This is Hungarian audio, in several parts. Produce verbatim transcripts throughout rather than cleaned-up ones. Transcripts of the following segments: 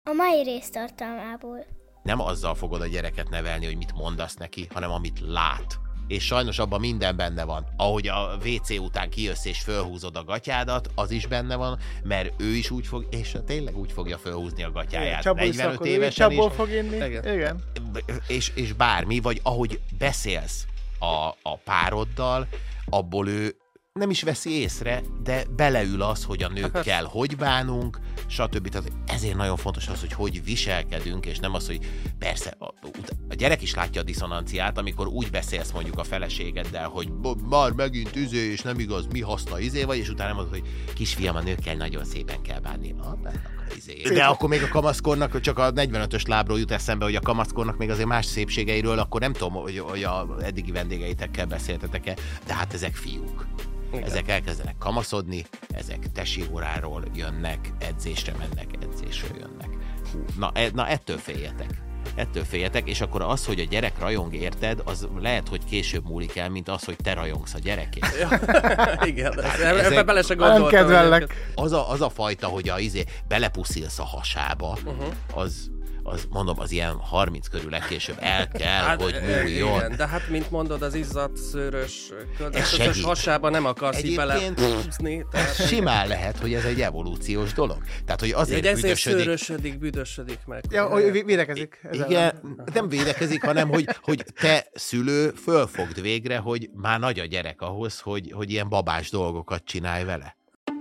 A mai rész tartalmából. Nem azzal fogod a gyereket nevelni, hogy mit mondasz neki, hanem amit lát. És sajnos abban minden benne van. Ahogy a vé cé után kijössz és fölhúzod a gatyádat, az is benne van, mert ő is úgy fog, és tényleg úgy fogja fölhúzni a gatyáját. Csapból negyvenöt évesen is. is. Fog inni. Igen. Igen. És, és bármi, vagy ahogy beszélsz a, a pároddal, abból ő nem is veszi észre, de beleül az, hogy a nőkkel hogy bánunk, stb. Tehát ezért nagyon fontos az, hogy hogy viselkedünk, és nem az, hogy persze, a, a gyerek is látja a diszonanciát, amikor úgy beszélsz mondjuk a feleségeddel, hogy már megint izé, és nem igaz, mi haszna izé vagy, és utána mondod, hogy kisfiam, a nőkkel nagyon szépen kell bánni. Ah, izé. De akkor még a kamaszkornak, csak a negyvenötös lábról jut eszembe, hogy a kamaszkornak még azért más szépségeiről, akkor nem tudom, hogy, hogy a eddigi vendégeitekkel beszéltetek-e, de hát ezek fiúk. Igen. Ezek elkezdenek kamaszodni, ezek tesi óráról jönnek, edzésre mennek, edzésről jönnek. Hú, na, e, na ettől féljetek. Ettől féljetek, és akkor az, hogy a gyerek rajong érted, az lehet, hogy később múlik el, mint az, hogy te rajongsz a gyerekért. Ja, igen, hát ebbe bele se gondoltam. Nem kedvellek. Az a, az a fajta, hogy a, izé, belepuszilsz a hasába, uh-huh. az... az mondom, az ilyen harminc körül legkésőbb el kell, hát, hogy múljon. Igen, de hát, mint mondod, az izzadt, szőrös, köldökös hasába nem akarsz így belehúzni. Tehát... Simán lehet, hogy ez egy evolúciós dolog. Tehát, hogy azért ezért büdösödik... szőrösödik, büdösödik meg. Ja, hogy védekezik. Igen, nem védekezik, hanem, hogy, hogy te szülő fölfogd végre, hogy már nagy a gyerek ahhoz, hogy, hogy ilyen babás dolgokat csinálj vele.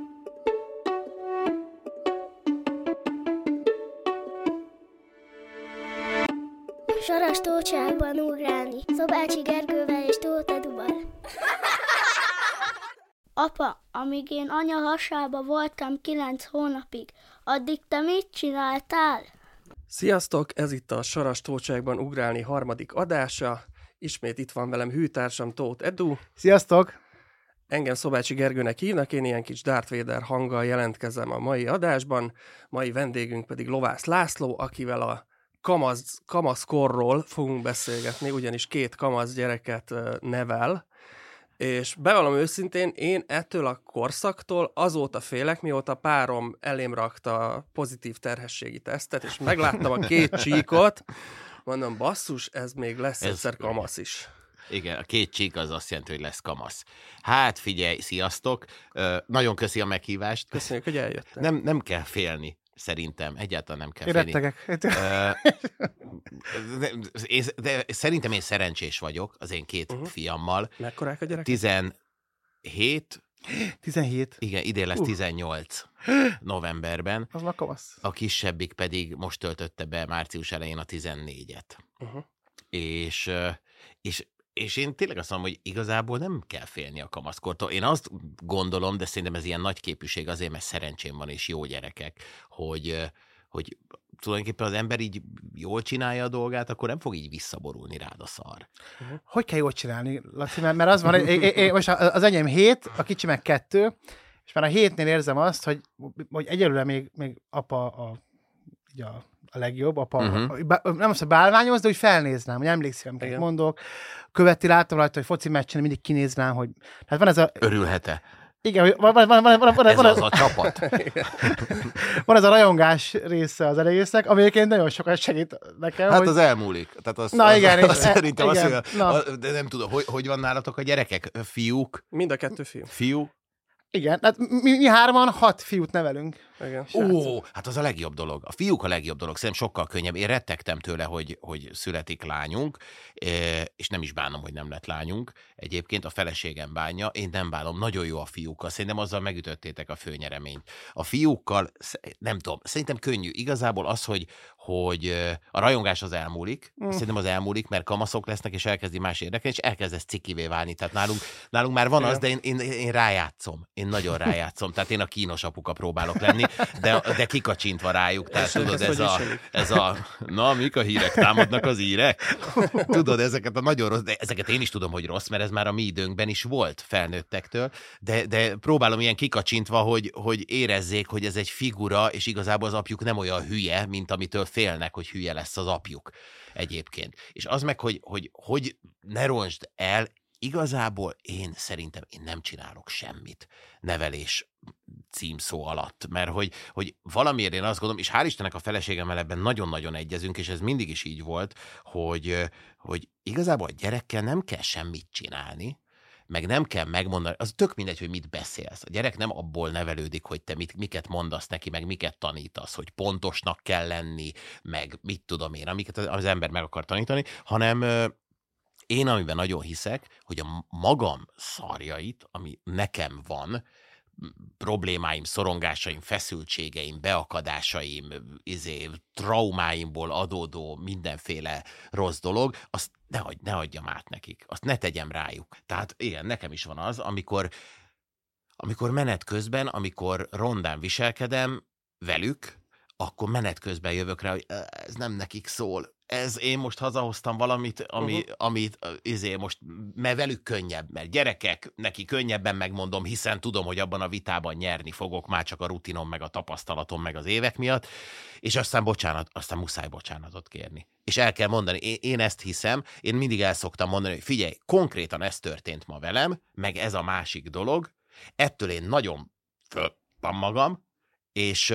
Saras tócsákban ugrálni, Szobácsi Gergővel és Tóth Eduval. Apa, amíg én anya hasába voltam kilenc hónapig, addig te mit csináltál? Sziasztok, ez itt a Saras tócsákban ugrálni harmadik adása. Ismét itt van velem hűtársam Tóth Edu. Sziasztok! Engem Szobácsi Gergőnek hívnak, én ilyen kis Darth Vader hanggal jelentkezem a mai adásban. Mai vendégünk pedig Lovász László, akivel a Kamasz, kamaszkorról fogunk beszélgetni, ugyanis két kamasz gyereket nevel, és bevallom őszintén, én ettől a korszaktól azóta félek, mióta párom elém rakta a pozitív terhességi tesztet, és megláttam a két csíkot, mondom, basszus, ez még lesz ez egyszer kamasz is. Igen, a két csík az azt jelenti, hogy lesz kamasz. Hát figyelj, sziasztok! Uh, nagyon köszi a meghívást. Köszönjük, hogy eljöttek. Nem, nem kell félni. Szerintem egyáltalán nem kell félni. Én uh, de szerintem én szerencsés vagyok az én két uh-huh. fiammal. Mekkorák a gyerekek? tizenhét tizenhét Igen, idén lesz uh. tizennyolc novemberben. Az már kamasz. A kisebbik pedig most töltötte be március elején a tizennégyet. Uh-huh. És, és És én tényleg azt mondom, hogy igazából nem kell félni a kamaszkortól. Én azt gondolom, de szerintem ez ilyen nagy képűség azért, mert szerencsém van és jó gyerekek, hogy, hogy tulajdonképpen az ember így jól csinálja a dolgát, akkor nem fog így visszaborulni rád a szar. Uh-huh. Hogy kell jól csinálni, Laci? Mert az van, hogy én, én, most az enyém hét, a kicsi meg kettő, és már a hétnél érzem azt, hogy, hogy egyelőre még, még apa a, a, a legjobb, apa, uh-huh. nem azt, hogy bálványoz, de úgy felnéznám, hogy emlékszem, amit mondok. Követi, látom rajta, hogy foci meccsen mindig kinéznám, hogy... Hát van ez a... Örülhet-e? Igen, hogy van, van, van, van, van, ez van, az a csapat. Van ez a rajongás része az egésznek, ami egyébként nagyon sokat segít nekem. Hát hogy... az elmúlik. Tehát az, Na az, igen. Az, az, e, szerintem igen, azt, hogy, de nem tudom, hogy, hogy van nálatok a gyerekek? Fiúk? Mind a kettő fiú. Fiú? Igen, hát mi, mi hárman hat fiút nevelünk. Igen. Ó, hát az a legjobb dolog. A fiúk a legjobb dolog. Szerintem sokkal könnyebb. Én rettegtem tőle, hogy, hogy születik lányunk, és nem is bánom, hogy nem lett lányunk. Egyébként a feleségem bánja, én nem bánom. Nagyon jó a fiúkkal. Szerintem azzal megütöttétek a főnyereményt. A fiúkkal, nem tudom, szerintem könnyű. Igazából az, hogy, hogy a rajongás az elmúlik. Mm. Szerintem az elmúlik, mert kamaszok lesznek, és elkezdi más érdekelni, és elkezdesz cikivé válni. Tehát nálunk, nálunk már van az, de én, én, én rájátszom. Én nagyon rájátszom. Tehát én a kínos apuka próbálok lenni, de, de kikacsintva rájuk. Tehát tudod, ez a, ez a, na, mik a hírek? Támadnak az írek? Tudod, ezeket a nagyon rossz, de ezeket én is tudom, hogy rossz, mert ez már a mi időnkben is volt felnőttektől, de, de próbálom ilyen kikacsintva, hogy, hogy érezzék, hogy ez egy figura, és igazából az apjuk nem olyan hülye, mint amitől félnek, hogy hülye lesz az apjuk egyébként. És az meg, hogy hogy, hogy ne roncsd el, igazából én szerintem én nem csinálok semmit nevelés címszó alatt, mert hogy, hogy valamiért én azt gondolom, és hál' Istennek a feleségemmel ebben nagyon-nagyon egyezünk, és ez mindig is így volt, hogy, hogy igazából a gyerekkel nem kell semmit csinálni, meg nem kell megmondani, az tök mindegy, hogy mit beszélsz. A gyerek nem abból nevelődik, hogy te mit, miket mondasz neki, meg miket tanítasz, hogy pontosnak kell lenni, meg mit tudom én, amiket az ember meg akar tanítani, hanem én, amiben nagyon hiszek, hogy a magam szarjait, ami nekem van, problémáim, szorongásaim, feszültségeim, beakadásaim, izé, traumáimból adódó mindenféle rossz dolog, azt ne, hagy, ne hagyjam át nekik, azt ne tegyem rájuk. Tehát igen, nekem is van az, amikor, amikor menet közben, amikor rondán viselkedem velük, akkor menet közben jövök rá, hogy ez nem nekik szól. Ez én most hazahoztam valamit, ami, uh-huh. amit izé most, mert velük könnyebb, mert gyerekek, neki könnyebben megmondom, hiszen tudom, hogy abban a vitában nyerni fogok, már csak a rutinom, meg a tapasztalatom, meg az évek miatt, és aztán bocsánat, aztán muszáj bocsánatot kérni. És el kell mondani, én, én ezt hiszem, én mindig el szoktam mondani, hogy figyelj, konkrétan ez történt ma velem, meg ez a másik dolog, ettől én nagyon föltam magam, és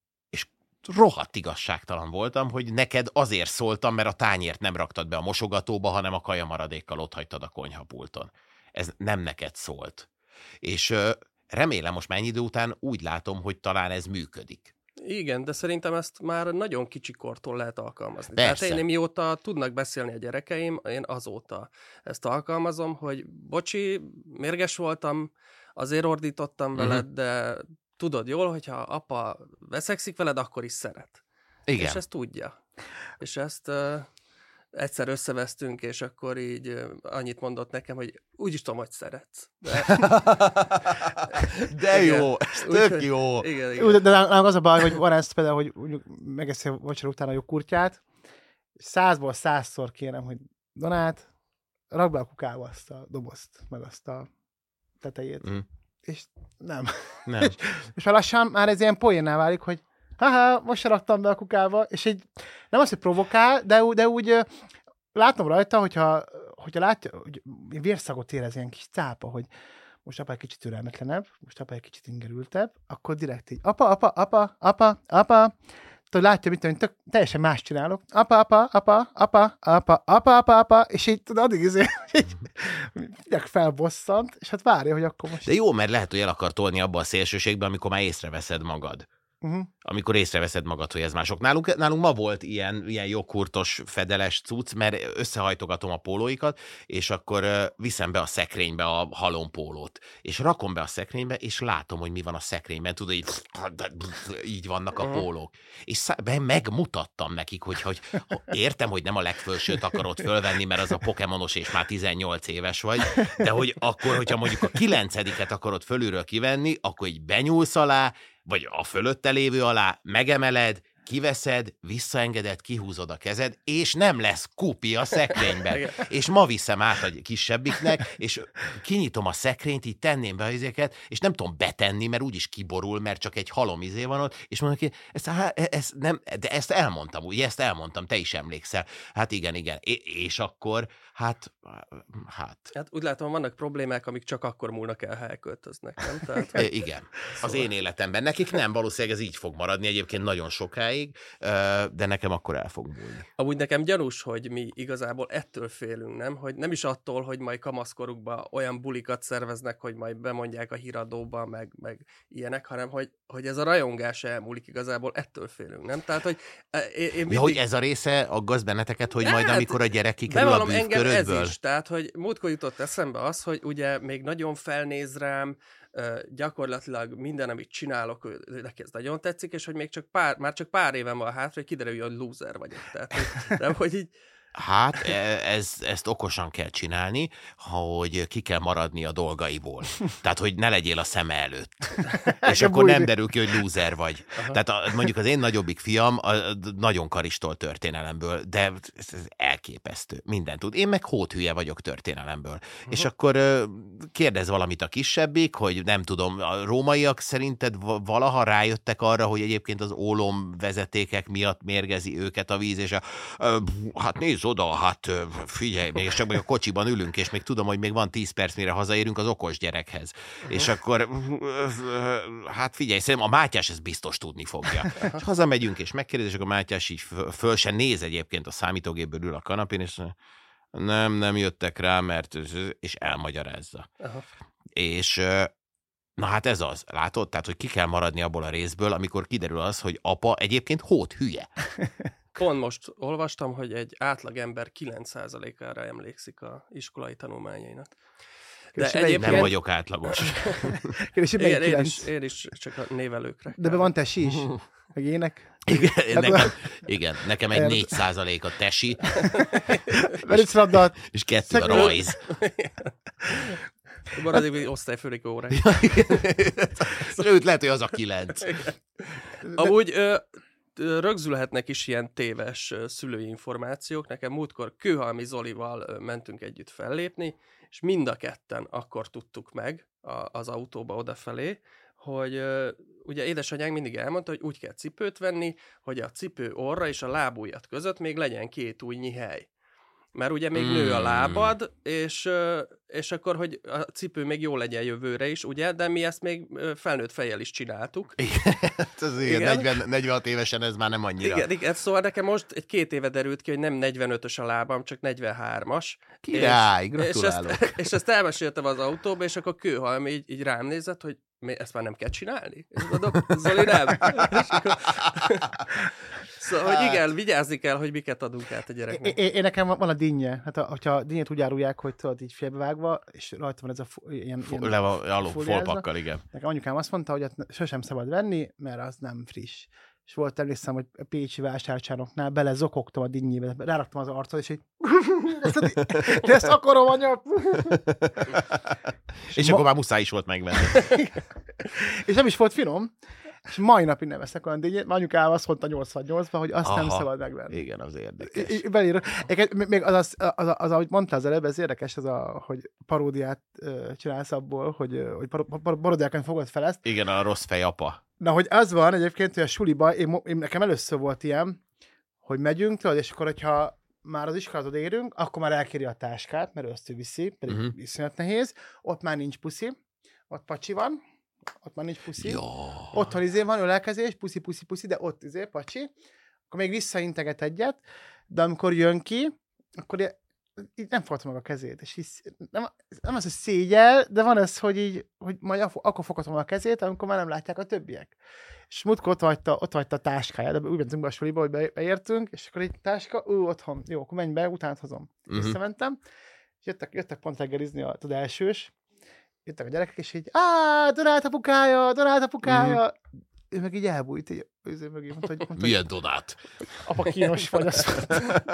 rohadt igazságtalan voltam, hogy neked azért szóltam, mert a tányért nem raktad be a mosogatóba, hanem a kajamaradékkal ott hagytad a konyhapulton. Ez nem neked szólt. És remélem most mennyi idő után úgy látom, hogy talán ez működik. Igen, de szerintem ezt már nagyon kicsikortól lehet alkalmazni. Persze. Tehát én mióta tudnak beszélni a gyerekeim, én azóta ezt alkalmazom, hogy bocsi, mérges voltam, azért ordítottam veled, uh-huh. de tudod jól, hogyha apa veszekszik veled, akkor is szeret. Igen. És ezt tudja. És ezt uh, egyszer összevesztünk, és akkor így uh, annyit mondott nekem, hogy úgyis tudom, hogy szeretsz. De, de jó, ez tök úgy, jó. Igen, igen. De, de nálunk az a baj, hogy van ezt például, hogy megeszi a vacsora után a jogkurtját, és százból százszor kérem, hogy Donát, rakd be a kukába azt a dobozt, meg azt a tetejét. Mm. És nem. nem. és, és már lassan már ez ilyen poénná válik, hogy haha, most se raktam be a kukába, és így nem az, hogy provokál, de, de úgy látom rajta, hogyha, hogyha látja, hogy vérszagot érez ilyen kis cápa, hogy most apa egy kicsit türelmetlenebb, most apa egy kicsit ingerültebb, akkor direkt így, apa, apa, apa, apa, apa, tudod, látja, mit tudom, tök, teljesen más csinálok, apa, apa, apa, apa, apa, apa, apa, apa, és így tudod, addig izé, így felbosszant, és hát várja, hogy akkor most... De jó, mert lehet, hogy el akar tolni abba a szélsőségbe, amikor már észreveszed magad. Uh-huh. Amikor észreveszed magad, hogy ez mások. Nálunk, nálunk ma volt ilyen, ilyen jogkurtos, fedeles cucc, mert összehajtogatom a pólóikat, és akkor uh, viszem be a szekrénybe a halompólót. És rakom be a szekrénybe, és látom, hogy mi van a szekrényben. Tudod, így, így vannak a pólók. És szá- megmutattam nekik, hogy, hogy értem, hogy nem a legfölsőt akarod fölvenni, mert az a pokémonos, és már tizennyolc éves vagy, de hogy akkor, hogyha mondjuk a kilencediket akarod fölülről kivenni, akkor így benyúlsz alá, vagy a fölötte lévő alá, megemeled, kiveszed, visszaengeded, kihúzod a kezed, és nem lesz kupi a szekrényben. És ma viszem át a kisebbiknek, és kinyitom a szekrényt, így tenném be az izéket, és nem tudom betenni, mert úgyis kiborul, mert csak egy halom izé van ott, és mondom ki, ezt, ezt nem, de ezt elmondtam, ugye ezt elmondtam, te is emlékszel. Hát igen, igen. És akkor, hát, hát. Hát úgy látom, vannak problémák, amik csak akkor múlnak el, ha elköltöznek, nem? Tehát, hogy... Igen. Szóval... Az én életemben. Nekik nem, valószínűleg ez így fog maradni egyébként nagyon sokáig, de nekem akkor el fog múlni. Amúgy nekem gyanús, hogy mi igazából ettől félünk, nem? Hogy nem is attól, hogy majd kamaszkorukban olyan bulikat szerveznek, hogy majd bemondják a híradóba, meg, meg ilyenek, hanem hogy, hogy ez a rajongás elmúlik igazából, ettől félünk, nem? Tehát, hogy én, én mindig... ja, hogy ez a része aggaszt benneteket, hogy majd amikor a gyerek kikerül a bűvkörödből? Ez is, tehát, hogy múltkor jutott eszembe az, hogy ugye még nagyon felnéz rám, Uh, gyakorlatilag minden, amit csinálok, neki ez nagyon tetszik, és hogy még csak pár, már csak pár éven van hátra, hogy kiderül, hogy loser vagyok. Tehát, hogy, nem, hogy így... Hát ez, ezt okosan kell csinálni, hogy ki kell maradni a dolgaiból. Tehát, hogy ne legyél a szeme előtt. És akkor nem derül ki, hogy loser vagy. Aha. Tehát a, mondjuk az én nagyobbik fiam a, nagyon karistol történelemből, de ez el, elképesztő. Minden tud. Én meg hóthülye vagyok történelemből. Uh-huh. És akkor ö, kérdez valamit a kisebbik, hogy nem tudom, a rómaiak szerinted valaha rájöttek arra, hogy egyébként az ólom vezetékek miatt mérgezi őket a víz, és a, ö, hát nézd oda, hát ö, figyelj, még csak meg a kocsiban ülünk, és még tudom, hogy még van tíz perc, mire hazaérünk az okos gyerekhez. Uh-huh. És akkor ö, ö, hát figyelj, szerintem a Mátyás ezt biztos tudni fogja. És hazamegyünk, és megkérdez, és a Mátyás így föl, föl se néz egyébként a számítógépből ül a kanapén, és nem, nem jöttek rá, mert és elmagyarázza. Aha. És na hát ez az, látod? Tehát, hogy ki kell maradni abból a részből, amikor kiderül az, hogy apa egyébként hót hülye. Pont most olvastam, hogy egy átlagember kilenc százalékára emlékszik a iskolai tanulmányainak. De egyébként... Nem vagyok átlagos. Igen, én, is, én is csak a névelőkre. De be van tesi is? Meg ének? Igen, nekem, igen, nekem egy négy százalék a tesi. És kettő a rajz. Maradjunk egy osztályfőnök óra. Őt lehet, hogy az a kilenc. Amúgy ö, rögzülhetnek is ilyen téves szülői információk. Nekem múltkor Kőhalmi Zolival mentünk együtt fellépni, és mind a ketten akkor tudtuk meg a, az autóba odafelé, hogy uh, ugye édesanyánk mindig elmondta, hogy úgy kell cipőt venni, hogy a cipő orra és a lábujjat között még legyen két ujjnyi hely. Mert ugye még mm. nő a lábad, és, uh, és akkor, hogy a cipő még jó legyen jövőre is, ugye? De mi ezt még felnőtt fejjel is csináltuk. Igen, ez igen. negyven, negyvenhat évesen ez már nem annyira. Igen, igen, szóval nekem most egy két éve derült ki, hogy nem negyvenötös a lábam, csak negyvenhármas. Király, és, gratulálok. És ezt, és ezt elmeséltem az autóba, és akkor Kőhalmi így, így rám nézett, hogy ezt már nem kell csinálni? És mondom, Zoli, nem. Szóval, hogy igen, vigyázni kell, hogy miket adunk át a gyereknek. Én, én nekem van a dinnye. Hát, hogyha a dinnyét úgy árulják, hogy tudod így félbevágva, és rajta van ez a fo- ilyen, ilyen Le van, alul, folpakkal, igen. Nekem anyukám azt mondta, hogy sosem szabad venni, mert az nem friss. És volt, emlékszem, hogy a pécsi vásárcsarnoknál bele zokogtam a dinnyébe, ráraktam az arcot, és így de ezt akarom, anya! és és ma... akkor már muszáj is volt megvenni. És nem is volt finom. És mai napig nem veszek olyan dinnyét, mert anyukám azt mondta nyolcvannyolcban, hogy azt Aha. nem szabad megvenni. Igen, az érdekes. Belírom. Még az, az, az, az, az, ahogy mondtál az előbb, ez érdekes, az a, hogy paródiát uh, csinálsz abból, hogy, hogy par, par, paródiákan fogod fel ezt. Igen, a rossz fej apa. Na, hogy az van egyébként, hogy a suliba, én, én, nekem először volt ilyen, hogy megyünk, tudod, és akkor, hogyha már az iskolatod érünk, akkor már elkéri a táskát, mert azt ő viszi, pedig uh-huh. iszonyat nehéz. Ott már nincs puszi, ott pacsi van, ott már nincs puszi. Ja. Otthon izé van ölelkezés, puszi, puszi, puszi, de ott izé, pacsi. Akkor még visszainteget egyet, de amikor jön ki, akkor így nem foghatom meg a kezét. És így, nem, nem az, hogy szégyel, de van ez, hogy így, hogy majd akkor foghatom meg a kezét, amikor már nem látják a többiek. És múltkor ott hagyta, ott hagyta a táskája, de úgy mentünk be a suliba, hogy beértünk, és akkor egy táska, ú, otthon, jó, akkor menj be, utána hozom. Uh-huh. Visszamentem, és jöttek, jöttek pont reggelizni a, az elsős, jöttek a gyerekek, és így, áh, Donát apukája, Donát apukája. Mm. Ő meg így elbújt, így ő meg így mondta, hogy... Mondta, milyen Donát? Apa, kínos vagy, azt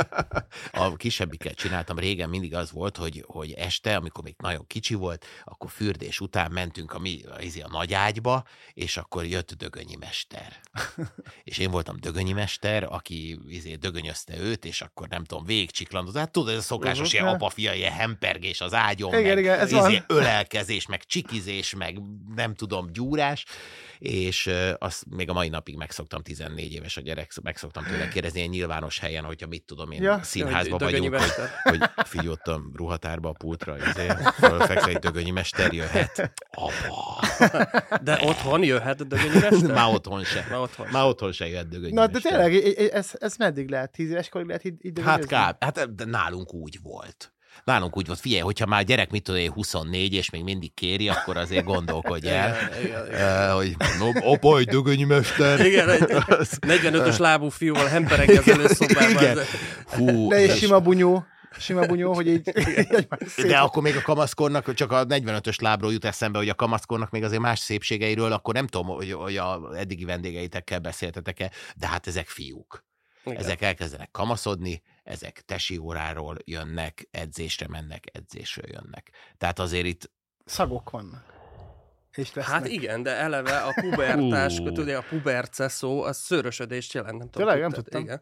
A kisebbikkel csináltam régen, mindig az volt, hogy, hogy este, amikor még nagyon kicsi volt, akkor fürdés után mentünk a, mi, a, a nagy ágyba, és akkor jött Dögönyi mester. És én voltam Dögönyi mester, aki izé, dögönyözte őt, és akkor nem tudom, végigcsiklandott. Hát tudod, ez a szokásos uh-huh. ilyen apa-fia, ilyen hempergés az ágyon, igen, meg igen, ez izé, ölelkezés, meg csikizés, meg nem tudom, gyúrás, és uh, azt még a mai napig megszoktam, tizennégy éves a gyerek, megszoktam tőle kérdezni egy nyilvános helyen, hogyha mit tudom én, ja, színházba vagyunk, hogy, hogy figyelj ott a ruhatárba, a pultra, ezért fölfeksz, egy Dögönyi mester jöhet. Apa! De otthon jöhet Dögönyi mester? Már otthon se. Már otthon, Már otthon se jöhet Dögönyi Na, mester. de tényleg, ez, ez meddig lehet? Tíz éves korig lehet így, így Hát kb. Hát de nálunk úgy volt. Nálunk úgy volt, figyelj, hogyha már gyerek, mit tudom én, huszonnégy, és még mindig kéri, akkor azért gondolkodj el, igen, igen, igen. Uh, hogy no, apa, egy Dögönyi mester. Igen, egy negyvenötös lábú fiúval hempereg az előszobában. Hú, de és sima bunyó. Sima bunyó, hogy így... De akkor még a kamaszkornak, csak a negyvenötös lábról jut eszembe, hogy a kamaszkornak még azért más szépségeiről, akkor nem tudom, hogy, hogy a eddigi vendégeitekkel beszéltetek-e, de hát ezek fiúk. Igen. Ezek elkezdenek kamaszodni, ezek tesi óráról jönnek, edzésre mennek, edzésről jönnek. Tehát azért itt... Szagok vannak. És hát igen, de eleve a pubertás, tudja, a puberce szó, az szőrösödést jelent. Nem Tényleg, nem tudtam. Igen.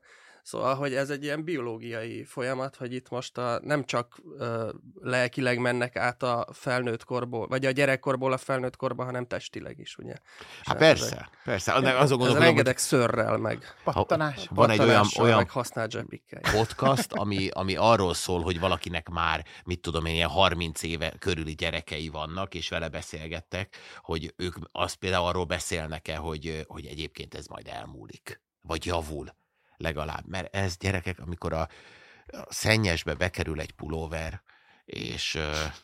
Szóval, hogy ez egy ilyen biológiai folyamat, hogy itt most a, nem csak ö, lelkileg mennek át a felnőtt korból, vagy a gyerekkorból a felnőtt korba, hanem testileg is, ugye? Hát persze, ezek, persze. Azon ez rengeteg szörrel, meg pattanás. Van egy olyan, olyan meg használt zsebikkel. podcast, ami, ami arról szól, hogy valakinek már, mit tudom én, ilyen harminc éve körüli gyerekei vannak, és vele beszélgettek, hogy ők azt például arról beszélnek-e, hogy, hogy egyébként ez majd elmúlik, vagy javul legalább. Mert ez gyerekek, amikor a, a szennyesbe bekerül egy pulóver, és...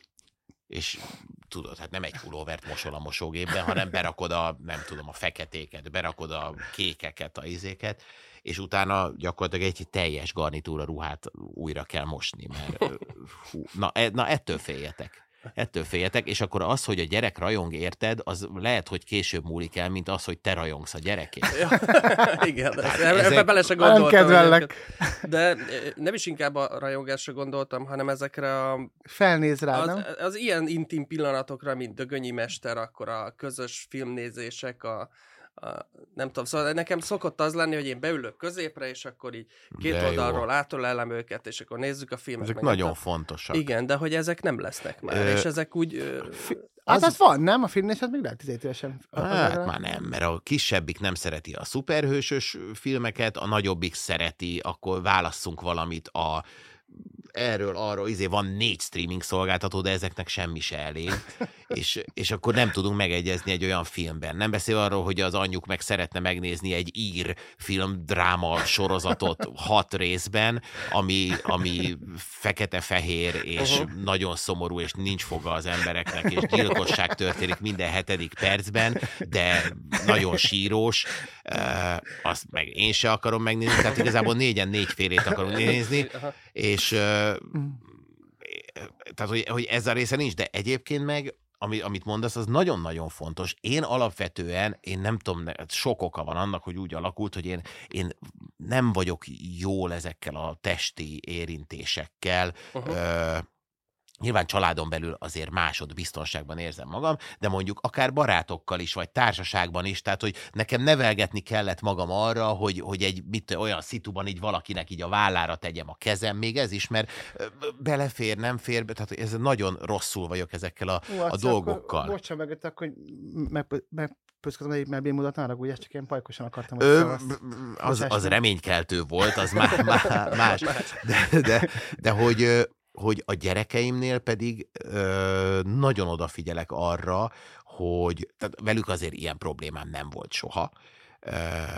és tudod, hát nem egy pulóvert mosol a mosógépben, hanem berakod a, nem tudom, a feketéket, berakod a kékeket, a izéket, és utána gyakorlatilag egy teljes garnitúra ruhát újra kell mosni, mert hú, na, na ettől féljetek. Ettől féljetek, és akkor az, hogy a gyerek rajong érted, az lehet, hogy később múlik el, mint az, hogy te rajongsz a gyerekért. Ja, igen, hát ebbe ezek... bele se gondoltam. Nem kedvellek. De nem is inkább a rajongásra gondoltam, hanem ezekre a... Felnéz rá, az, nem? Az ilyen intim pillanatokra, mint Dögönyi mester, akkor a közös filmnézések, a A, nem tudom, szóval nekem szokott az lenni, hogy én beülök középre, és akkor így két de oldalról átölelem őket, és akkor nézzük a filmet. Ezek nagyon nem, fontosak. Igen, de hogy ezek nem lesznek már, Ö... és ezek úgy... Ö... Hát az, az van, nem? A filmnézet még lehet tizenhét évesen. Hát már nem, mert a kisebbik nem szereti a szuperhősös filmeket, a nagyobbik szereti, akkor válasszunk valamit a erről, arról, izé van négy streaming szolgáltató, de ezeknek semmi se elég, és, és akkor nem tudunk megegyezni egy olyan filmben. Nem beszél arról, hogy az anyjuk meg szeretne megnézni egy ír film-dráma sorozatot hat részben, ami, ami fekete-fehér, és uh-huh. nagyon szomorú, és nincs foga az embereknek, és gyilkosság történik minden hetedik percben, de nagyon sírós. Uh, azt meg én se akarom megnézni, tehát igazából négyen négyfélét akarunk nézni, és uh, tehát, hogy, hogy ez a része nincs, de egyébként meg, ami, amit mondasz, az nagyon-nagyon fontos. Én alapvetően, én nem tudom, sok oka van annak, hogy úgy alakult, hogy én, én nem vagyok jól ezekkel a testi érintésekkel, uh-huh. uh, Nyilván családon belül azért másod biztonságban érzem magam, de mondjuk akár barátokkal is, vagy társaságban is, tehát hogy nekem nevelgetni kellett magam arra, hogy, hogy egy mit, olyan szituban így valakinek így a vállára tegyem a kezem, még ez is, mert belefér, nem fér, tehát ez nagyon rosszul vagyok ezekkel a, Ó, a dolgokkal. Bocsán meg, akkor meg, meg pöszközöm egyik melbémódat, arra úgy, csak ilyen pajkosan akartam. Ö, az, az reménykeltő volt, az má, má, más, de, de, de hogy... hogy a gyerekeimnél pedig ö, nagyon odafigyelek arra, hogy tehát velük azért ilyen problémám nem volt soha, ö,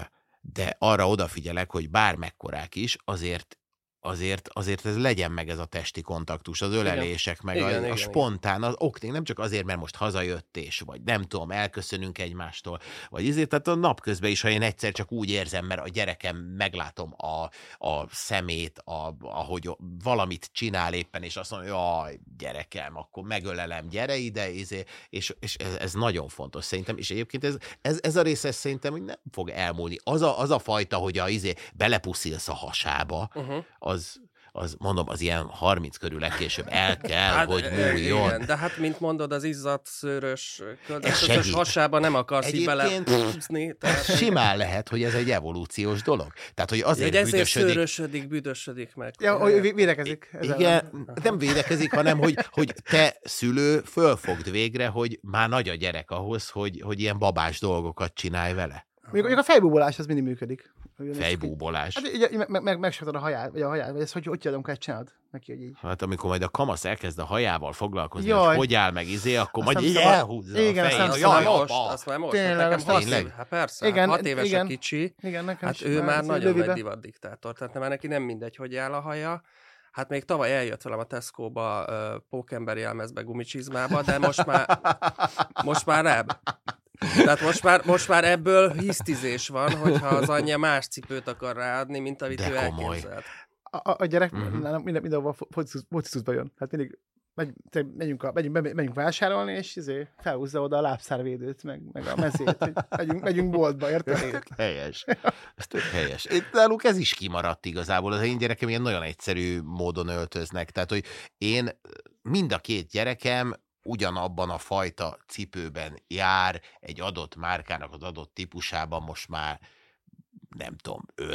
de arra odafigyelek, hogy bármekkorák is, azért Azért, azért ez legyen meg ez a testi kontaktus, az ölelések, meg igen, a, igen, a spontán, az okték, nem csak azért, mert most hazajött, és vagy nem tudom, elköszönünk egymástól, vagy ezért, tehát a napközben is, ha én egyszer csak úgy érzem, mert a gyerekem meglátom a, a szemét, a, ahogy valamit csinál éppen, és azt mondja, jaj, gyerekem, akkor megölelem, gyere ide, és, és, és ez, ez nagyon fontos szerintem, és egyébként ez, ez, ez a része szerintem, hogy nem fog elmúlni. Az a, az a fajta, hogy a, izé, belepuszilsz a hasába, uh-huh. az, az, mondom, az ilyen harminc körül legkésőbb el kell, hát, hogy múljon. Igen, de hát, mint mondod, az izzadt, szőrös, köldökös hasába nem akarsz így belepúszni. Tehát... Simán lehet, hogy ez egy evolúciós dolog. Tehát, hogy azért ja, büdösödik. szőrösödik, büdösödik meg. Ja, hogy védekezik. Igen, nem védekezik, hanem, hogy, hogy te szülő fölfogd végre, hogy már nagy a gyerek ahhoz, hogy, hogy ilyen babás dolgokat csinálj vele. Még a fejbúbolás az mindig működik. Fejbúbolás. Hát így, meg, meg, megsogtad a haját, vagy a haját, vagy ezt hogy, hogy tudom, kell csinálod neki, hogy így. Hát amikor majd a kamasz elkezd a hajával foglalkozni, hogy hogy áll meg izé, akkor azt majd így elhúzza igen, a fejét. Azt jaj, most, azt már most. Tényleg, nekem hat tényleg. év, hát persze, igen, hát hat éves igen, a kicsi, igen, nekem hát ő már nagyon nagy divatdiktátor, tehát már neki nem mindegy, hogy áll a haja. Hát még tavaly eljött velem a Tesco-ba uh, pókember jelmezbe, gumicsizmába, de most már, most már nem. Tehát most már, most már ebből hisztizés van, hogyha az anyja más cipőt akar ráadni, mint amit de ő komoly. Elképzelt. A, a, a gyerek uh-huh. minden, mindenhol focisztusba jön. Hát mindig megy, megyünk, a, megyünk, megyünk vásárolni, és izé felhúzza oda a lábszárvédőt, meg, meg a mezét, hogy megyünk, megyünk boltba, érted? Helyes. Ez tök helyes. Náluk ez is kimaradt igazából. Az én gyerekem ilyen nagyon egyszerű módon öltöznek. Tehát, hogy én mind a két gyerekem ugyanabban a fajta cipőben jár, egy adott márkának az adott típusában most már nem tudom, öt,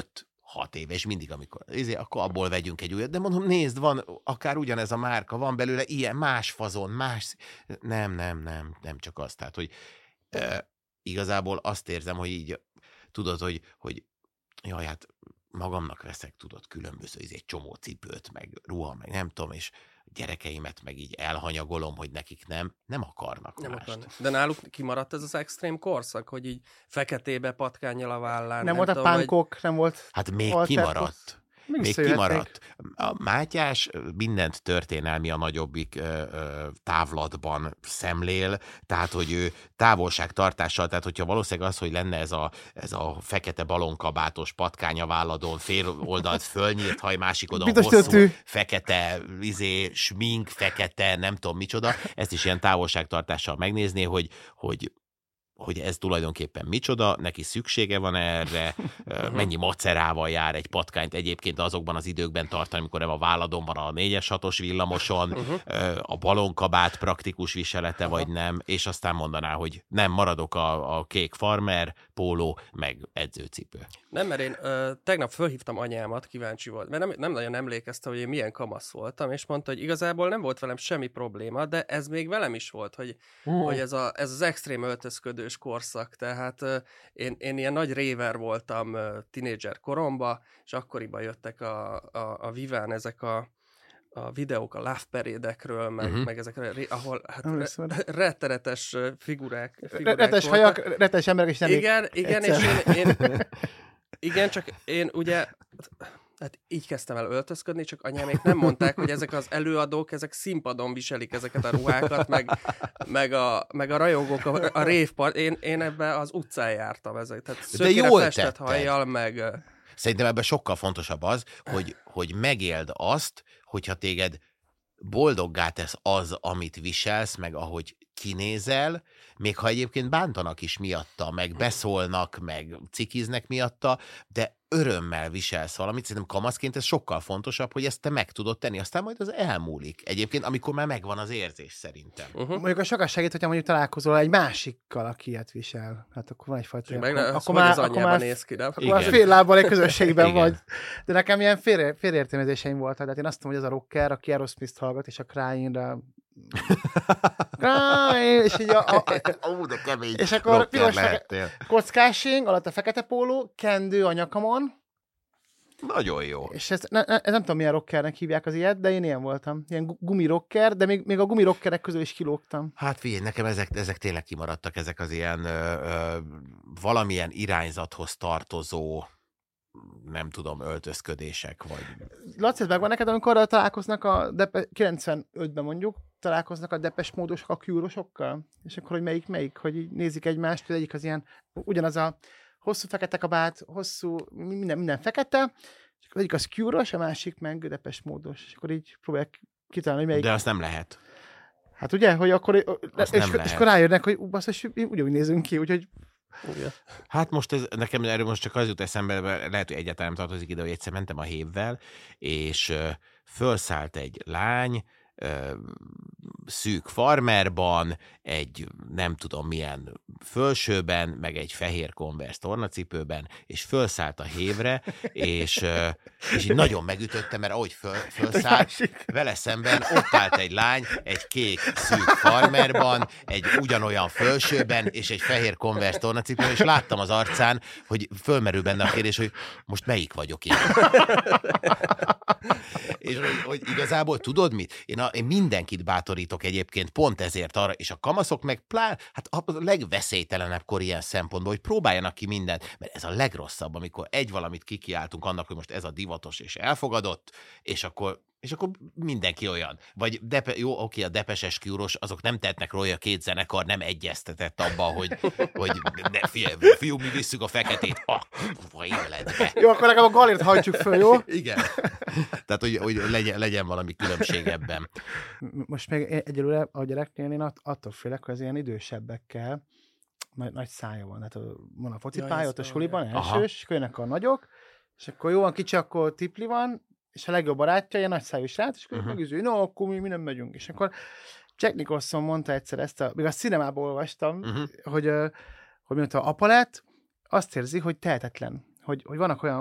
hat éve, és mindig, amikor ezért, akkor abból vegyünk egy újat. De mondom, nézd, van akár ugyanez a márka, van belőle ilyen, más fazon, más... Nem, nem, nem, nem csak az. Tehát, hogy e, igazából azt érzem, hogy így, tudod, hogy, hogy jaj, hát magamnak veszek, tudod, különböző egy csomó cipőt, meg ruha, meg nem tudom, és gyerekeimet meg így elhanyagolom, hogy nekik nem, nem akarnak nem mást. akarnak. De náluk kimaradt ez az extrém korszak, hogy így feketébe patkánnyal a vállán. Nem, nem volt a tudom, pánkok, vagy... nem volt... Hát még Walter kimaradt. Fox. Még Még kimaradt. A Mátyás mindent történelmi a nagyobbik ö, ö, távlatban szemlél, tehát, hogy ő távolságtartással, tehát, hogyha valószínűleg az, hogy lenne ez a, ez a fekete balonkabátos patkány a válladon, fél oldalt fölnyírt haj, másik oldalon Biztos hosszú, töltő. fekete, izé, smink, fekete, nem tudom micsoda, ezt is ilyen távolságtartással megnézné, hogy, hogy hogy ez tulajdonképpen micsoda, neki szüksége van erre, mennyi macerával jár egy patkányt egyébként azokban az időkben tartani, amikor nem a válladon van a négyes hatos villamoson, uh-huh. a balonkabát praktikus viselete, uh-huh. vagy nem, és aztán mondaná, hogy nem, maradok a, a kék farmer, póló, meg edzőcipő. Nem, mert én ö, tegnap fölhívtam anyámat, kíváncsi volt, mert nem, nem nagyon emlékezte, hogy én milyen kamasz voltam, és mondta, hogy igazából nem volt velem semmi probléma, de ez még velem is volt, hogy, uh. hogy ez, a, ez az extrém öltözködős korszak, tehát ö, én, én ilyen nagy réver voltam ö, tinédzser koromba, és akkoriban jöttek a, a, a Viván ezek a a videók a Love Parade-ekről, meg, uh-huh. meg ezekre, ahol hát re, rettenetes figurák, figurák Retes hajak, retes emberek is nem. Igen, igen, és én, én igen, csak én ugye hát így kezdtem el öltözködni, csak anyámék nem mondták, hogy ezek az előadók, ezek színpadon viselik ezeket a ruhákat, meg, meg, a, meg a rajongók a, a révpart. Én, én ebben az utcán jártam ezek. Tehát szökére festett hajjal, meg... Szerintem ebben sokkal fontosabb az, hogy, hogy megéld azt, hogyha téged boldoggá tesz az, amit viselsz, meg ahogy kinézel, még ha egyébként bántanak is miatta, meg beszólnak, meg cikiznek miatta, de örömmel viselsz valamit. Szerintem kamaszként ez sokkal fontosabb, hogy ezt te meg tudod tenni, aztán majd az elmúlik. Egyébként, amikor már megvan az érzés szerintem. Uh-huh. Mondjuk a sokat segít, hogyha mondjuk találkozol egy másikkal, aki ilyet visel. Hát akkor van egyfajta... Meg akkor, az, akkor már, már, az akkor már, néz ki, nem? akkor már fél lábbal egy közösségben vagy. De nekem ilyen fél, félértelmezéseim voltak. Tehát én azt tudom, hogy az a rocker, aki Aerosmith hallgat, és a Crying-ra... Crying, és így a... a, a Ó, de kemény és akkor piros lehettél. kockásing, alatt a fekete póló, kendő a nyakamon. Nagyon jó. És ez, ne, ez nem tudom, milyen rockernek hívják az ilyet, de én ilyen voltam. Ilyen gumirocker, de még, még a gumirockerek közül is kilógtam. Hát figyelj, nekem ezek, ezek tényleg kimaradtak, ezek az ilyen ö, ö, valamilyen irányzathoz tartozó, nem tudom, öltözködések, vagy... Laci, ez megvan neked, amikor találkoznak a Depe- kilencvenötben mondjuk, találkoznak a Depeche módosok a Cure-osokkal? És akkor, hogy melyik melyik, hogy így nézik egymást, hogy egyik az ilyen, ugyanaz a hosszú fekete kabát, hosszú, minden, minden fekete, és akkor egyik az Cure-os, a másik meg Depeche módos, és akkor így próbálják kitalálni, hogy melyik. De azt nem lehet. Hát ugye, hogy akkor, azt és, nem és lehet. akkor rájönnek, hogy basszus, ugyanúgy nézünk ki, úgyhogy Ugye. Hát most ez, nekem erről most csak az jut eszembe, lehet, hogy egyáltalán nem tartozik ide, hogy egyszer mentem a hévvel, és uh, fölszállt egy lány, uh, szűk farmerban, egy nem tudom milyen fölsőben, meg egy fehér Converse tornacipőben, és fölszállt a hévre, és, uh, és így nagyon megütötte, mert ahogy föl, fölszállt, vele szemben ott állt egy lány, egy kék szűk farmerban, egy ugyanolyan fölsőben, és egy fehér Converse tornacipőben, és láttam az arcán, hogy fölmerül benne a kérdés, hogy most melyik vagyok én. És hogy, hogy igazából tudod mit? Én, a, én mindenkit bátorítok egyébként pont ezért arra, és a kamaszok meg plá, hát a legveszélytelenebb kor ilyen szempontból, hogy próbáljanak ki mindent, mert ez a legrosszabb, amikor egy valamit kikiáltunk annak, hogy most ez a divatos és elfogadott, és akkor és akkor mindenki olyan. Vagy depe, jó, oké, a depeses Cure-os, azok nem tehetnek róla, a két zenekar nem egyeztetett abba, hogy, hogy ne, fiú, fiú, mi visszük a feketét a életbe. Jó, akkor legalább a galért hajtsuk föl, jó? Igen. Tehát, hogy, hogy legyen, legyen valami különbség ebben. Most még egyelőre a gyereknél én att- attól félek, hogy az ilyen idősebbekkel nagy, nagy szája van. Hát van a focipálya, ja, ott a suliban, elsős, Aha. és jönnek a nagyok, és akkor jó van kicsi, akkor tipli van, és a legjobb barátja, ilyen nagy szájú srác, és akkor uh-huh. megüző, no, akkor mi, mi nem megyünk. És akkor Jack Nicholson mondta egyszer ezt, a, még a cinemából olvastam, uh-huh. hogy, hogy mondta, apa lett, azt érzi, hogy tehetetlen. Hogy, hogy vannak olyan, hogy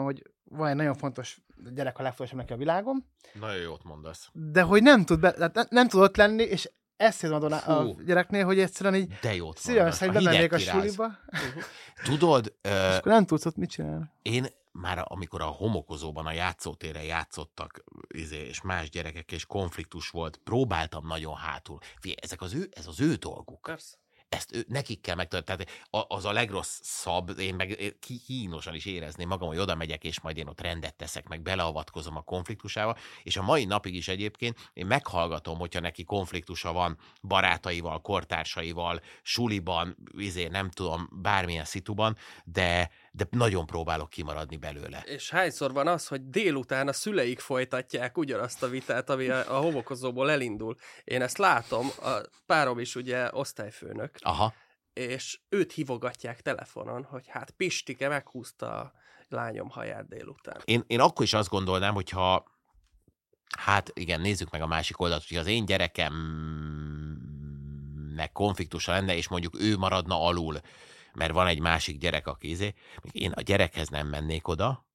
van egy nagyon fontos gyerek a legfontosabb neki a világon, Nagyon jót mondasz. de hogy nem tud, be, nem, nem tud ott lenni, és ezt érzem a, a gyereknél, hogy egyszerűen így De jót szívem mondasz. szerint bemennék a suliba, Tudod, és ö, akkor nem tudsz ott mit csinálni. én már amikor a homokozóban a játszótéren játszottak, izé, és más gyerekek, és konfliktus volt, próbáltam nagyon hátul. Figyelj, ezek az ő, ez az ő dolguk. Persze. Ezt ő, nekik kell megtartani. Tehát az a legrosszabb, én meg kínosan is érezném magam, hogy oda megyek, és majd én ott rendet teszek, meg beleavatkozom a konfliktusába, és a mai napig is egyébként én meghallgatom, hogyha neki konfliktusa van barátaival, kortársaival, suliban, izé, nem tudom, bármilyen szituban, de, de nagyon próbálok kimaradni belőle. És hányszor van az, hogy délután a szüleik folytatják ugyanazt a vitát, ami a, a homokozóból elindul. Én ezt látom, a párom is ugye osztályfőnök, Aha. és őt hívogatják telefonon, hogy hát Pistike meghúzta a lányom haját délután. Én, én akkor is azt gondolnám, hogyha hát igen, nézzük meg a másik oldalt, hogy az én gyerekemnek konfliktusa lenne, és mondjuk ő maradna alul, mert van egy másik gyerek, aki izé, én a gyerekhez nem mennék oda,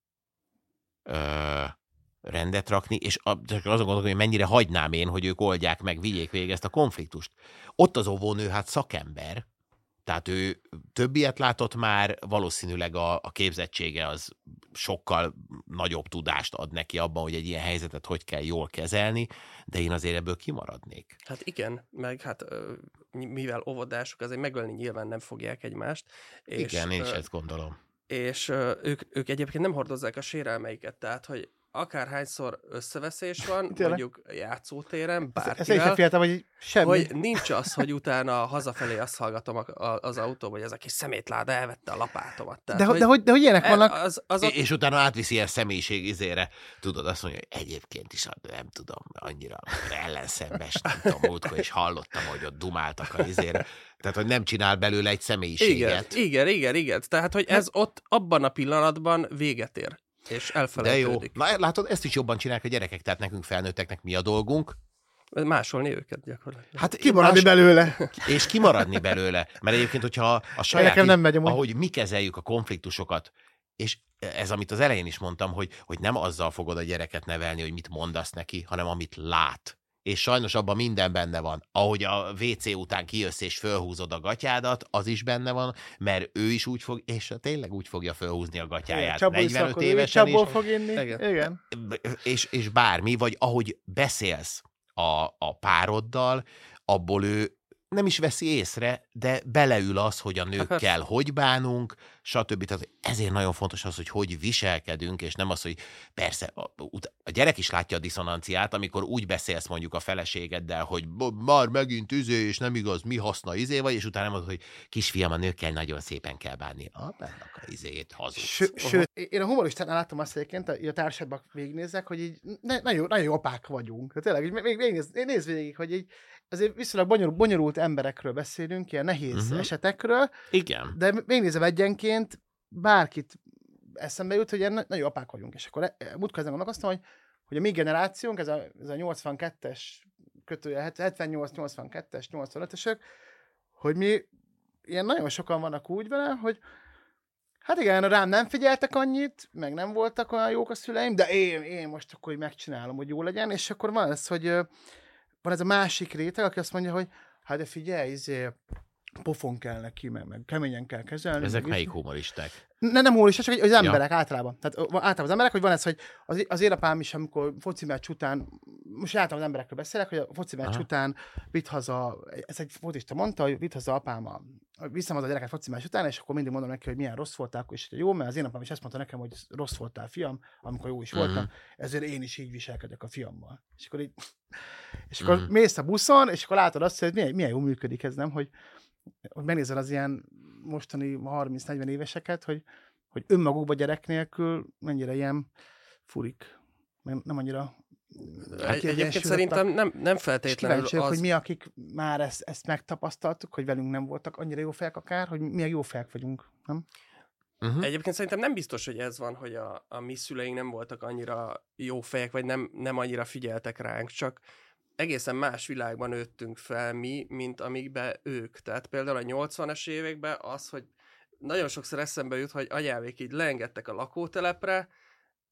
ö, rendet rakni, és csak azon gondolom, hogy mennyire hagynám én, hogy ők oldják meg, vigyék végig ezt a konfliktust. Ott az óvónő hát szakember, tehát ő több ilyet látott már, valószínűleg a, a képzettsége az sokkal nagyobb tudást ad neki abban, hogy egy ilyen helyzetet hogy kell jól kezelni, de én azért ebből kimaradnék. Hát igen, meg hát ö, mivel óvodások, azért megölni nyilván nem fogják egymást. És, Igen, én is ö, ezt gondolom. És ö, ők, ők egyébként nem hordozzák a sérelmeiket, tehát hogy akárhányszor összeveszés van, Tényleg? mondjuk játszótéren, Ezt én sem bárkivel, féltem, hogy semmi. hogy nincs az, hogy utána hazafelé azt hallgatom a, a, az autóban, hogy ez a kis szemétláda elvette a lapátomat. Tehát, de, hogy, de, hogy, de hogy ilyenek e- vannak, Az, az a, És utána átviszi ilyen személyiség izére, tudod, azt mondja, hogy egyébként is, nem tudom, annyira ellenszembes, nem tudom, múltkor is hallottam, hogy ott dumáltak a izére. Tehát, hogy nem csinál belőle egy igen, személyiséget. igen, igen, igen. Tehát, hogy ez ott abban a pillanatban véget ér, és De jó. elfelejtődik. Na, látod, ezt is jobban csinálják a gyerekek, tehát nekünk felnőtteknek mi a dolgunk? Másolni őket gyakorlatilag. Hát kimaradni más- belőle. És kimaradni belőle. Mert egyébként, hogyha a saját, Nekem nem megy amúgy. ahogy mi kezeljük a konfliktusokat, és ez, amit az elején is mondtam, hogy, hogy nem azzal fogod a gyereket nevelni, hogy mit mondasz neki, hanem amit lát. És sajnos abban minden benne van. Ahogy a vé cé után kijössz és fölhúzod a gatyádat, az is benne van, mert ő is úgy fog, és tényleg úgy fogja fölhúzni a gatyáját. negyvenöt évesen is. Csapból fog inni. Igen. Igen. És, és bármi, vagy ahogy beszélsz a, a pároddal, abból ő nem is veszi észre, de beleül az, hogy a nőkkel hogy bánunk, stb. Tehát ezért nagyon fontos az, hogy hogy viselkedünk, és nem az, hogy persze a, a gyerek is látja a diszonanciát, amikor úgy beszélsz mondjuk a feleségeddel, hogy már megint izé, és nem igaz, mi haszna izé vagy, és utána mondod, hogy kisfiam, a nőkkel nagyon szépen kell bánni. Ah, bennak a izét hazudsz. Ső, sőt, én a humoristánál láttam azt egyébként, hogy a társadalmak végignézek, hogy így ne, nagyon, nagyon jó apák vagyunk. Tehát tényleg, így még végignéz, nézd végig, hogy így azért viszonylag bonyolult, bonyolult emberekről beszélünk, ilyen nehéz Uh-huh. uh-huh. esetekről, Igen. de végignézem egyenként, bárkit eszembe jut, hogy ilyen nagyon jó apák vagyunk. És akkor múltkor ezen gondolkoztam, hogy, hogy a mi generációnk, ez a, ez a nyolcvankettes kötője, hetvennyolc nyolcvankettes, nyolcvanötösök, hogy mi ilyen nagyon sokan vannak úgy vele, hogy hát igen, rám nem figyeltek annyit, meg nem voltak olyan jók a szüleim, de én, én most akkor így megcsinálom, hogy jó legyen, és akkor van ez, hogy van ez a másik réteg, aki azt mondja, hogy hát de figyelj, izé, pofon kell neki, meg, meg keményen kell kezelni. Ezek meg melyik is. humoristák? Ne, nem humorista, csak az emberek ja. általában. Tehát általában az emberek, hogy van ez, hogy az, az én apám is, amikor foci meccs után, most általában az emberekről beszélek, hogy a foci meccs után vitt haza, ez egy focista mondta, hogy vitt haza apám a, viszem haza a gyereket foci meccs után, és akkor mindig mondom neki, hogy milyen rossz voltál, és jó, mert az én apám is ezt mondta nekem, hogy rossz voltál, fiam, amikor jó is voltam, uh-huh. ezért én is így viselkedek a fiammal. És akkor így, és akkor uh-huh. mész a buszon, és akkor látod azt, hogy milyen, milyen jól működik ez, nem, hogy hogy megnézel az ilyen mostani harminc-negyven éveseket, hogy, hogy önmagukba gyerek nélkül mennyire ilyen furik. Nem annyira... Egy, egyébként szerintem nem, nem feltétlenül az... hogy mi, akik már ezt, ezt megtapasztaltuk, hogy velünk nem voltak annyira jó fejek akár, hogy milyen jó fejek vagyunk, nem? Uh-huh. Egyébként szerintem nem biztos, hogy ez van, hogy a, a mi szüleink nem voltak annyira jó fejek, vagy nem, nem annyira figyeltek ránk, csak egészen más világban nőttünk fel mi, mint amikben ők. Tehát például a nyolcvanas években az, hogy nagyon sokszor eszembe jut, hogy anyávék így leengedtek a lakótelepre,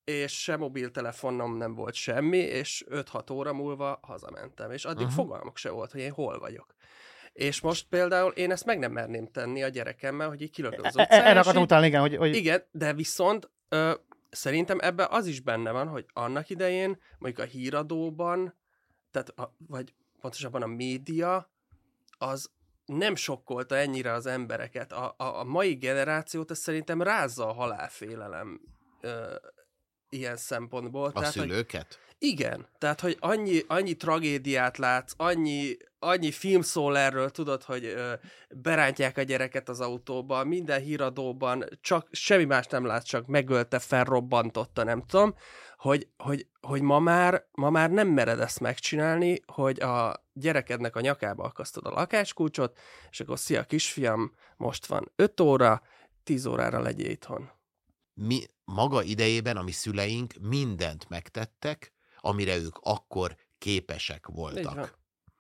és se mobiltelefonom nem volt semmi, és öt-hat óra múlva hazamentem, és addig uh-huh. fogalmuk se volt, hogy én hol vagyok. És most például én ezt meg nem merném tenni a gyerekemmel, hogy így kilökök az utcán. Erre akartam utána, igen. Hogy, hogy... Igen, de viszont ö, szerintem ebben az is benne van, hogy annak idején, mondjuk a híradóban, tehát a, vagy pontosabban a média, az nem sokkolta ennyire az embereket. A, a, a mai generációt ez szerintem rázza a halálfélelem ö, ilyen szempontból. A tehát, szülőket? Hogy, igen, tehát, hogy annyi, annyi tragédiát látsz, annyi, annyi film szól erről, tudod, hogy ö, berántják a gyereket az autóba, minden híradóban, csak semmi más nem látsz, csak megölte, felrobbantotta, nem tudom, hogy, hogy, hogy ma, már, ma már nem mered ezt megcsinálni, hogy a gyerekednek a nyakába akasztod a lakáskulcsot, és akkor szia kisfiam, most van öt óra, tíz órára legyél itthon. Mi maga idejében a mi szüleink mindent megtettek, amire ők akkor képesek voltak.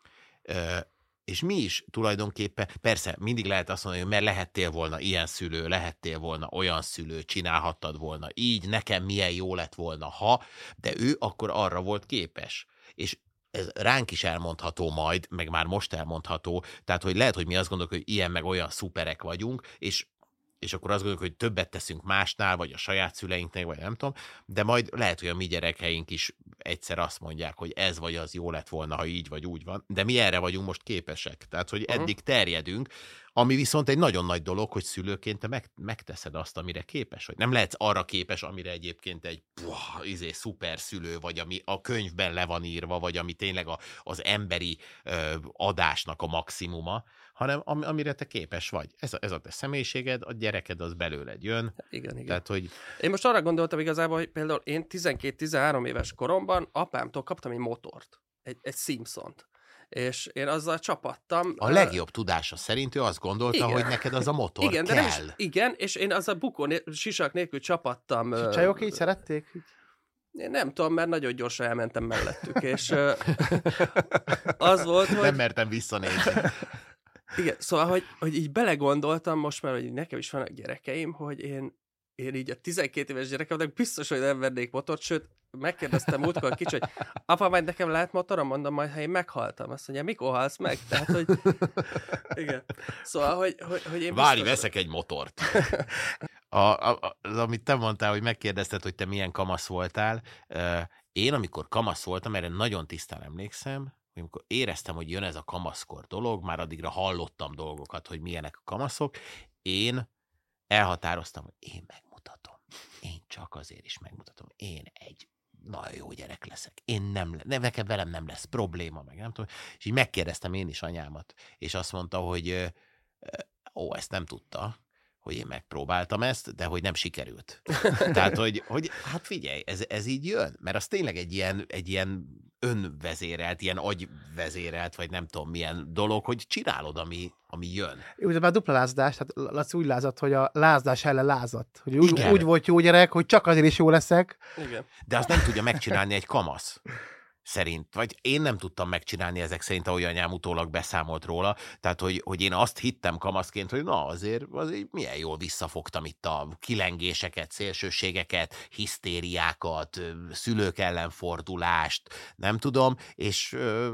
Ö, és mi is tulajdonképpen, persze mindig lehet azt mondani, hogy mert lehettél volna ilyen szülő, lehettél volna olyan szülő, csinálhattad volna így, nekem milyen jó lett volna, ha, de ő akkor arra volt képes. És ez ránk is elmondható majd, meg már most elmondható, tehát hogy lehet, hogy mi azt gondoljuk, hogy ilyen meg olyan szuperek vagyunk, és és akkor azt gondoljuk, hogy többet teszünk másnál, vagy a saját szüleinknek, vagy nem tudom, de majd lehet, hogy a mi gyerekeink is egyszer azt mondják, hogy ez vagy az jó lett volna, ha így vagy úgy van, de mi erre vagyunk most képesek. Tehát, hogy eddig uh-huh. terjedünk, ami viszont egy nagyon nagy dolog, hogy szülőként te meg, megteszed azt, amire képes vagy. Nem lehetsz arra képes, amire egyébként egy puh, izé, szuper szülő, vagy ami a könyvben le van írva, vagy ami tényleg a, az emberi ö, adásnak a maximuma, hanem am, amire te képes vagy. Ez a, ez a te személyiséged, a gyereked az belőled jön. Igen, igen. Tehát, hogy... Én most arra gondoltam igazából, hogy például én tizenkét-tizenhárom éves koromban apámtól kaptam egy motort, egy, egy Simpsont. És én azzal csapattam. A legjobb tudása szerint ő azt gondolta, igen. hogy neked az a motor igen, kell. De nem is, igen, és én azzal bukó né- sisak nélkül csapattam. És csajok így szerették? Én nem tudom, mert nagyon gyorsan elmentem mellettük, és az volt, hogy... Nem mertem visszanézni. Igen, szóval, hogy, hogy így belegondoltam most már, hogy nekem is vannak gyerekeim, hogy én, én így a tizenkét éves gyerekemnek biztos, hogy nem vennék motort, sőt, megkérdeztem múltkor kicsi, hogy apa, majd nekem lehet motorom? Mondom, majd ha én meghaltam. Azt mondja, mikor halsz meg? Tehát, hogy... Igen. Szóval, hogy, hogy, hogy én Várj, biztos... veszek egy motort. A, a, az, amit te mondtál, hogy megkérdezted, hogy te milyen kamasz voltál. Én, amikor kamasz voltam, erre nagyon tisztán emlékszem, amikor éreztem, hogy jön ez a kamaszkor dolog, már addigra hallottam dolgokat, hogy milyenek a kamaszok, én elhatároztam, hogy én megmutatom. Én csak azért is megmutatom. Én egy nagyon jó gyerek leszek. Én nem, nem nekem velem nem lesz probléma, meg nem tudom. És így megkérdeztem én is anyámat, és azt mondta, hogy ó, ezt nem tudta, hogy én megpróbáltam ezt, de hogy nem sikerült. Tehát, hogy, hogy hát figyelj, ez, ez így jön, mert az tényleg egy ilyen, egy ilyen önvezérelt, ilyen agyvezérelt, vagy nem tudom milyen dolog, hogy csinálod, ami, ami jön. Úgy, de már dupla lázdás, tehát Laci úgy lázadt, hogy a lázdás ellen lázadt. Hogy úgy, úgy volt jó gyerek, hogy csak azért is jó leszek. Igen. De azt nem tudja megcsinálni egy kamasz szerint, vagy én nem tudtam megcsinálni ezek szerint, ahogy anyám utólag beszámolt róla, tehát, hogy, hogy én azt hittem kamaszként, hogy na, azért, azért milyen jól visszafogtam itt a kilengéseket, szélsőségeket, hisztériákat, szülők ellen fordulást, nem tudom, és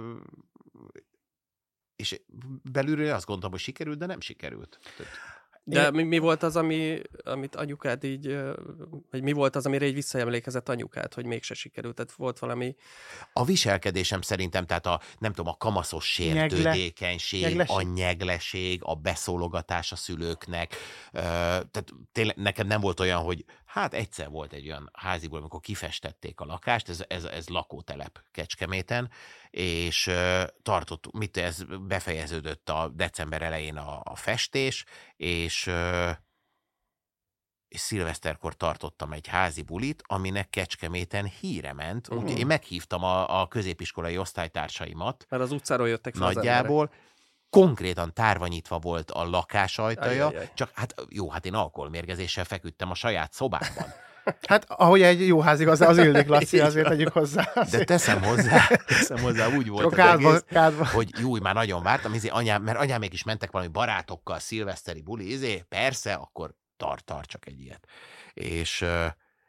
és belülről azt gondoltam, hogy sikerült, de nem sikerült. De mi, mi volt az, ami, amit anyukád így, vagy mi volt az, amire így visszaemlékezett anyukád, hogy mégse sikerült? Tehát volt valami... A viselkedésem szerintem, tehát a, nem tudom, a kamaszos sértődékenység, Nyegle. a nyegleség, a beszólogatás a szülőknek. Uh, tehát tényleg nekem nem volt olyan, hogy hát egyszer volt egy olyan háziból, amikor kifestették a lakást, ez, ez, ez lakótelep Kecskeméten, és uh, tartott, mit ez befejeződött a december elején a, a festés, és, uh, és szilveszterkor tartottam egy házi bulit, aminek Kecskeméten híre ment. Uh-huh. Úgyhogy én meghívtam a, a középiskolai osztálytársaimat. Mert az utcáról jöttek fel nagyjából. Konkrétan tárva nyitva volt a lakás ajtaja, Ajajaj. csak hát jó, hát én alkoholmérgezéssel feküdtem a saját szobámban. Hát, ahogy egy jó házigazdá az illik, Laci, azért tegyük hozzá. Azért. De teszem hozzá, teszem hozzá, úgy volt az kádba, egész, kádba. hogy jó, már nagyon vártam, izé, anyám, mert anyámék is mentek valami barátokkal, szilveszteri buli, izé, persze, akkor tart, tart csak egy ilyet. És,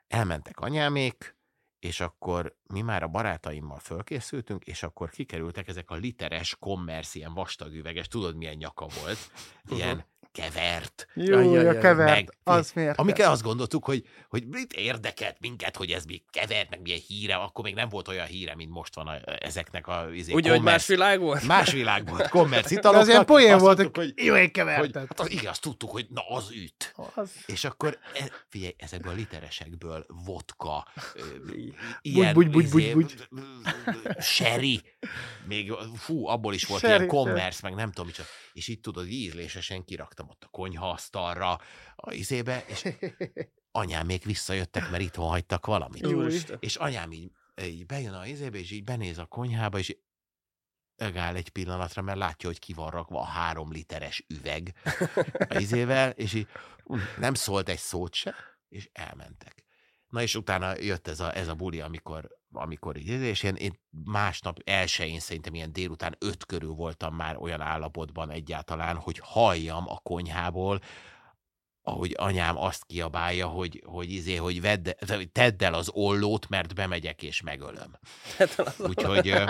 elmentek anyámék, és akkor mi már a barátaimmal fölkészültünk, és akkor kikerültek ezek a literes, commerce, ilyen vastag üveges, tudod milyen nyaka volt, ilyen kevert. Jó, Ajjaj, a kevert, meg- az miért? Amikkel azt gondoltuk, hogy, hogy mit érdekelt minket, hogy ez még kevert, meg milyen híre, akkor még nem volt olyan híre, mint most van a, ezeknek a izé, Úgy, hogy más commerce- világ volt? Más világ volt, commerce De italoknak. az ilyen poén Azt volt, mondtuk, hogy hogy, jó, én hogy kevertet. hát az, igen, azt tudtuk, hogy na, az üt. Az... És akkor, e, figyelj, ezekből a literesekből vodka, ö, Bugy, ilyen, bugy, bugy, bugy, izé, bugy. sherry, még fú, abból is volt Sherry, ilyen commerce, meg nem tudom micsoda. És így tudod, ízlésesen kiraktam ott a konyhaasztalra, a izébe, és anyám még visszajöttek, mert itthon hagytak valamit. Úristen. És anyám így, így bejön a izébe, és így benéz a konyhába, és megáll egy pillanatra, mert látja, hogy ki van rakva a három literes üveg a izével, és így ú, nem szólt egy szót se, és elmentek. Na és utána jött ez a, ez a buli, amikor, amikor így, és én, én másnap elsőjén szerintem ilyen délután öt körül voltam már olyan állapotban egyáltalán, hogy halljam a konyhából, ahogy anyám azt kiabálja, hogy, hogy, izé, hogy vedd, tedd el az ollót, mert bemegyek és megölöm. Úgyhogy... ö,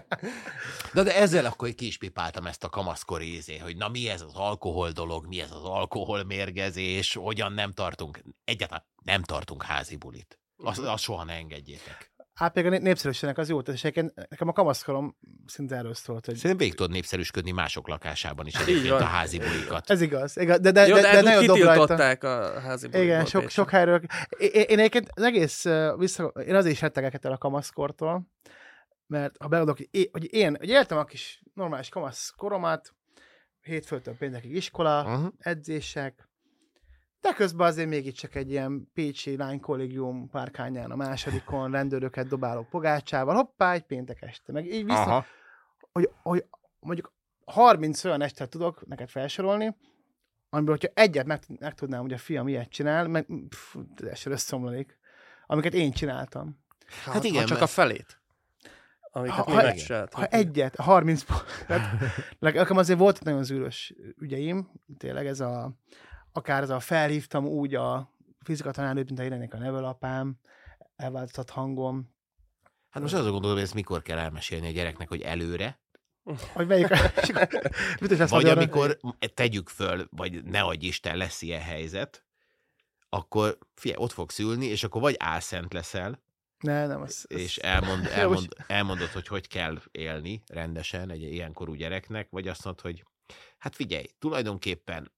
De, de ezzel akkor ki is pipáltam ezt a kamaszkori izé, hogy na mi ez az alkohol dolog, mi ez az alkoholmérgezés, hogyan nem tartunk, egyáltalán nem tartunk házi bulit. Azt, azt soha ne engedjétek. Hát még a népszerűségnek az jó, tehát nekem a kamaszkorom szinte erről szólt, hogy Szerintem végig tudod népszerűsködni mások lakásában is Így egyébként van. a házi bulikat. ez igaz, igaz de, de, Jó, de, de, de de nagyon dob rajta. kitiltották a házi bulikból Igen, sok, Pécsen. sok helyről. Én, én egyébként az egész uh, vissza, én azért is rettegek ettől a kamaszkortól, mert ha beadok, hogy én, hogy én hogy éltem a kis normális kamaszkoromat, hétfőtől péntekig iskola, Uh-huh. edzések, de közben azért mégiscsak egy ilyen pécsi lánykollégium párkányán a másodikon rendőröket dobálok pogácsával, hoppá, egy péntek este. Meg így vissza, Aha. hogy, hogy mondjuk harminc olyan estet tudok neked felsorolni, amiből, hogyha egyet meg, meg tudnám, hogy a fiam ilyet csinál, meg pff, teljesen összeomlanék, amiket én csináltam. Hát, Hát igen, igen, csak mert- a felét. Amiket Ha- mi ha- megcsináltunk. Ha egyet, harminc pont. Nekem azért volt nagyon zűrös ügyeim, tényleg ez a, akár ez a felhívtam úgy a fizikatanárnőt, mint a Irenék a nevelapám, elváltozott hangom, Hát most azon gondolom, hogy ezt mikor kell elmesélni a gyereknek, hogy előre, hogy melyik, biztos lesz vagy magyarra. amikor tegyük föl, vagy ne adj Isten, lesz ilyen helyzet, akkor figyelj, ott fogsz ülni, és akkor vagy álszent leszel, Ne, nem, az, az... és elmond, Jó, elmond, elmondod, hogy hogy kell élni rendesen egy ilyenkorú gyereknek, vagy azt mondod, hogy hát figyelj, tulajdonképpen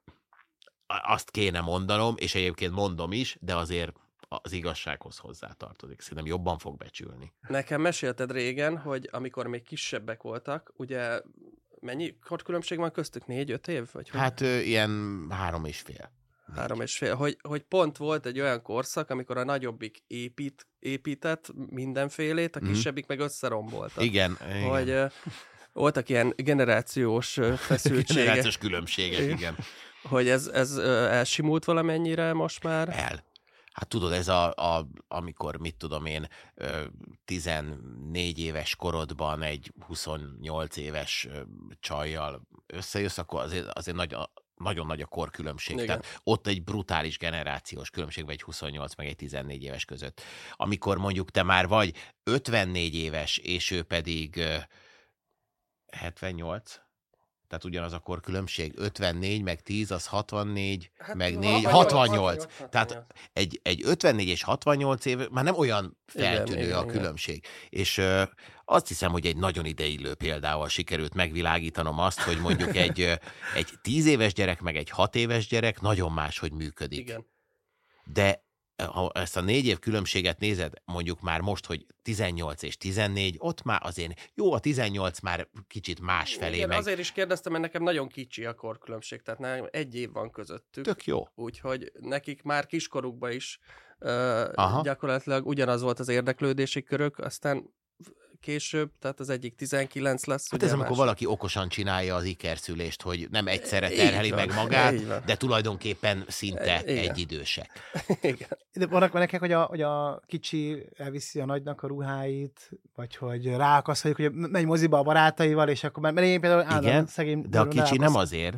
azt kéne mondanom, és egyébként mondom is, de azért az igazsághoz hozzátartozik. Szerintem jobban fog becsülni. Nekem mesélted régen, hogy amikor még kisebbek voltak, ugye mennyi korkülönbség van köztük? Négy-öt év? Vagy hogy? Hát ö, ilyen három és fél. Három és fél. Hogy, hogy pont volt egy olyan korszak, amikor a nagyobbik épít, épített mindenfélét, a Mhm. kisebbik meg összerombolta. Igen, igen. Hogy uh, voltak ilyen generációs uh, feszültségek, Generációs különbségek, Igen. igen. hogy ez, ez uh, elsimult valamennyire most már. El. Hát tudod, ez a, a amikor, mit tudom én, ö, tizennégy éves korodban egy huszonnyolc éves ö, csajjal összejössz, akkor azért, azért nagy, a- nagyon nagy a korkülönbség. Igen. Tehát ott egy brutális generációs különbség vagy egy huszonnyolc meg egy tizennégy éves között. Amikor mondjuk te már vagy ötvennégy éves, és ő pedig ö, hetvennyolc, tehát ugyanaz a korkülönbség, ötvennégy, meg tíz, az hatvannégy, Hát, meg ha- négy, hatvannyolc, hatvannyolc. hatvannyolc. Tehát egy, egy ötvennégy és hatvannyolc év, már nem olyan feltűnő Igen, a igen, különbség. És ö, azt hiszem, hogy egy nagyon ideillő példával sikerült megvilágítanom azt, hogy mondjuk egy, ö, egy tíz éves gyerek, meg egy hat éves gyerek nagyon máshogy működik. Igen. De ha ezt a négy év különbséget nézed, mondjuk már most, hogy tizennyolc és tizennégy, ott már azért jó, a tizennyolc már kicsit másfelé, Igen, meg azért is kérdeztem, mert nekem nagyon kicsi a korkülönbség, tehát nekem egy év van közöttük. tök jó. Úgyhogy nekik már kiskorukban is uh, Aha. gyakorlatilag ugyanaz volt az érdeklődési körök, aztán később, tehát az egyik tizenkilenc lesz. Hát ugye ez amikor másik- valaki okosan csinálja az ikerszülést, hogy nem egyszerre Így terheli van, meg magát, így van. de tulajdonképpen szinte Igen. egyidősek. Igen. De vannak nekek, hogy a, hogy a kicsi elviszi a nagynak a ruháit, vagy hogy ráakasztjuk, hogy megy moziba a barátaival, és akkor, mert én például állandóan Igen, szegény... de a kicsi nem ráakasztom. azért,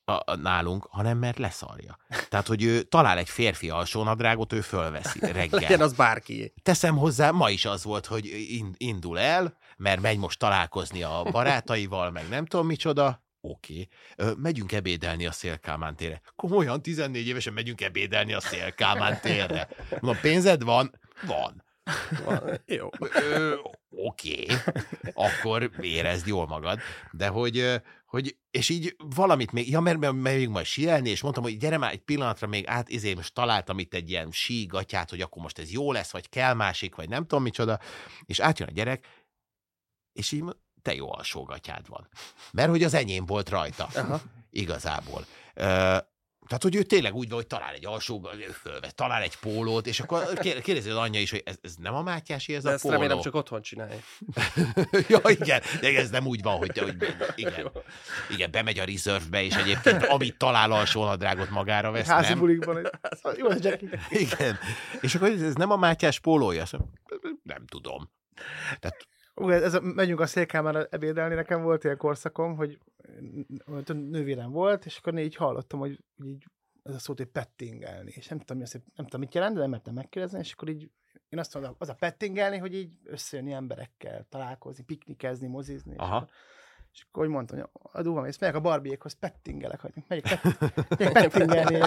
a, a, nálunk, hanem mert leszarja. Tehát, hogy ő talál egy férfi alsónadrágot, ő fölveszi reggel. Legyen az bárki. Teszem hozzá, ma is az volt, hogy indul el, mert megy most találkozni a barátaival, meg nem tudom micsoda. Oké, okay. Megyünk ebédelni a Széll-Kálmán térre. Komolyan, tizennégy évesen megyünk ebédelni a Széll-Kálmán térre. Mondom, pénzed van? Van. van. Jó. Oké, okay. Akkor érezd jól magad. De hogy, hogy és így valamit még, ja, mert, mert még majd síelni, és mondtam, hogy gyere már egy pillanatra még át, ezért most találtam itt egy ilyen sí gatyát, hogy akkor most ez jó lesz, vagy kell másik, vagy nem tudom micsoda, és átjön a gyerek, és így te jó alsógatyád van. Mert hogy az enyém volt rajta. Aha. Igazából. Uh, tehát, hogy ő tényleg úgy van, hogy talál egy alsó, fölvesz, talál egy pólót, és akkor kérdezi az anyja is, hogy ez, ez nem a Mátyási, ez de a ezt póló. remélem csak otthon csinálja. Ja, igen, de ez nem úgy van, hogy, hogy igen, igen, bemegy a reserve-be, és egyébként amit talál alsónadrágot magára vesz, házi nem. bulikban. Jó, az Jackie. Igen. És akkor ez nem a Mátyás pólója? Nem tudom. Tehát Ú, ez a, megyünk a Széll-Kálmánra ebédelni, nekem volt ilyen korszakom, hogy nővérem volt, és akkor így hallottam, hogy így ez a szót, hogy pettingelni, és nem tudom, nem tudom, mit jelent, de nem mertem megkérdezni, és akkor így én azt mondom, az a pettingelni, hogy így összejönni emberekkel, találkozni, piknikezni, mozizni, és akkor, és akkor úgy mondtam, hogy a duham, és megyek a Barbiékhoz, pettingelek, hogy megyek, pet, megyek pettingelni.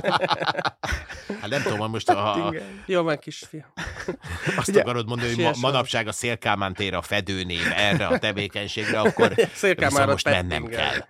Hát nem tudom, most a... Jó van, kisfiam. Azt ugye, akarod mondani, hogy ma, manapság a Széll-Kálmán tér a fedőnév erre a tevékenységre, akkor viszont most mennem kell.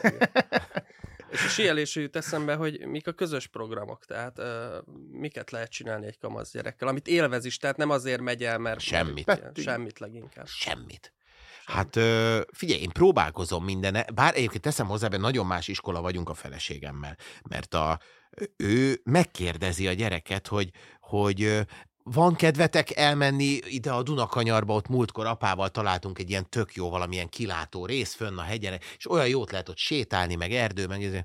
És a síelésű jut eszembe, hogy mik a közös programok, tehát uh, miket lehet csinálni egy kamasz gyerekkel, amit élvez is, tehát nem azért megy el, mert... Semmit. Semmit leginkább. Semmit. Hát figyelj, én próbálkozom mindenne, bár egyébként teszem hozzá, hogy nagyon más iskola vagyunk a feleségemmel, mert a, ő megkérdezi a gyereket, hogy, hogy van kedvetek elmenni ide a Dunakanyarba, ott múltkor apával találtunk egy ilyen tök jó valamilyen kilátó rész fönn a hegyen, és olyan jót lehet ott sétálni, meg erdő, meg ezért.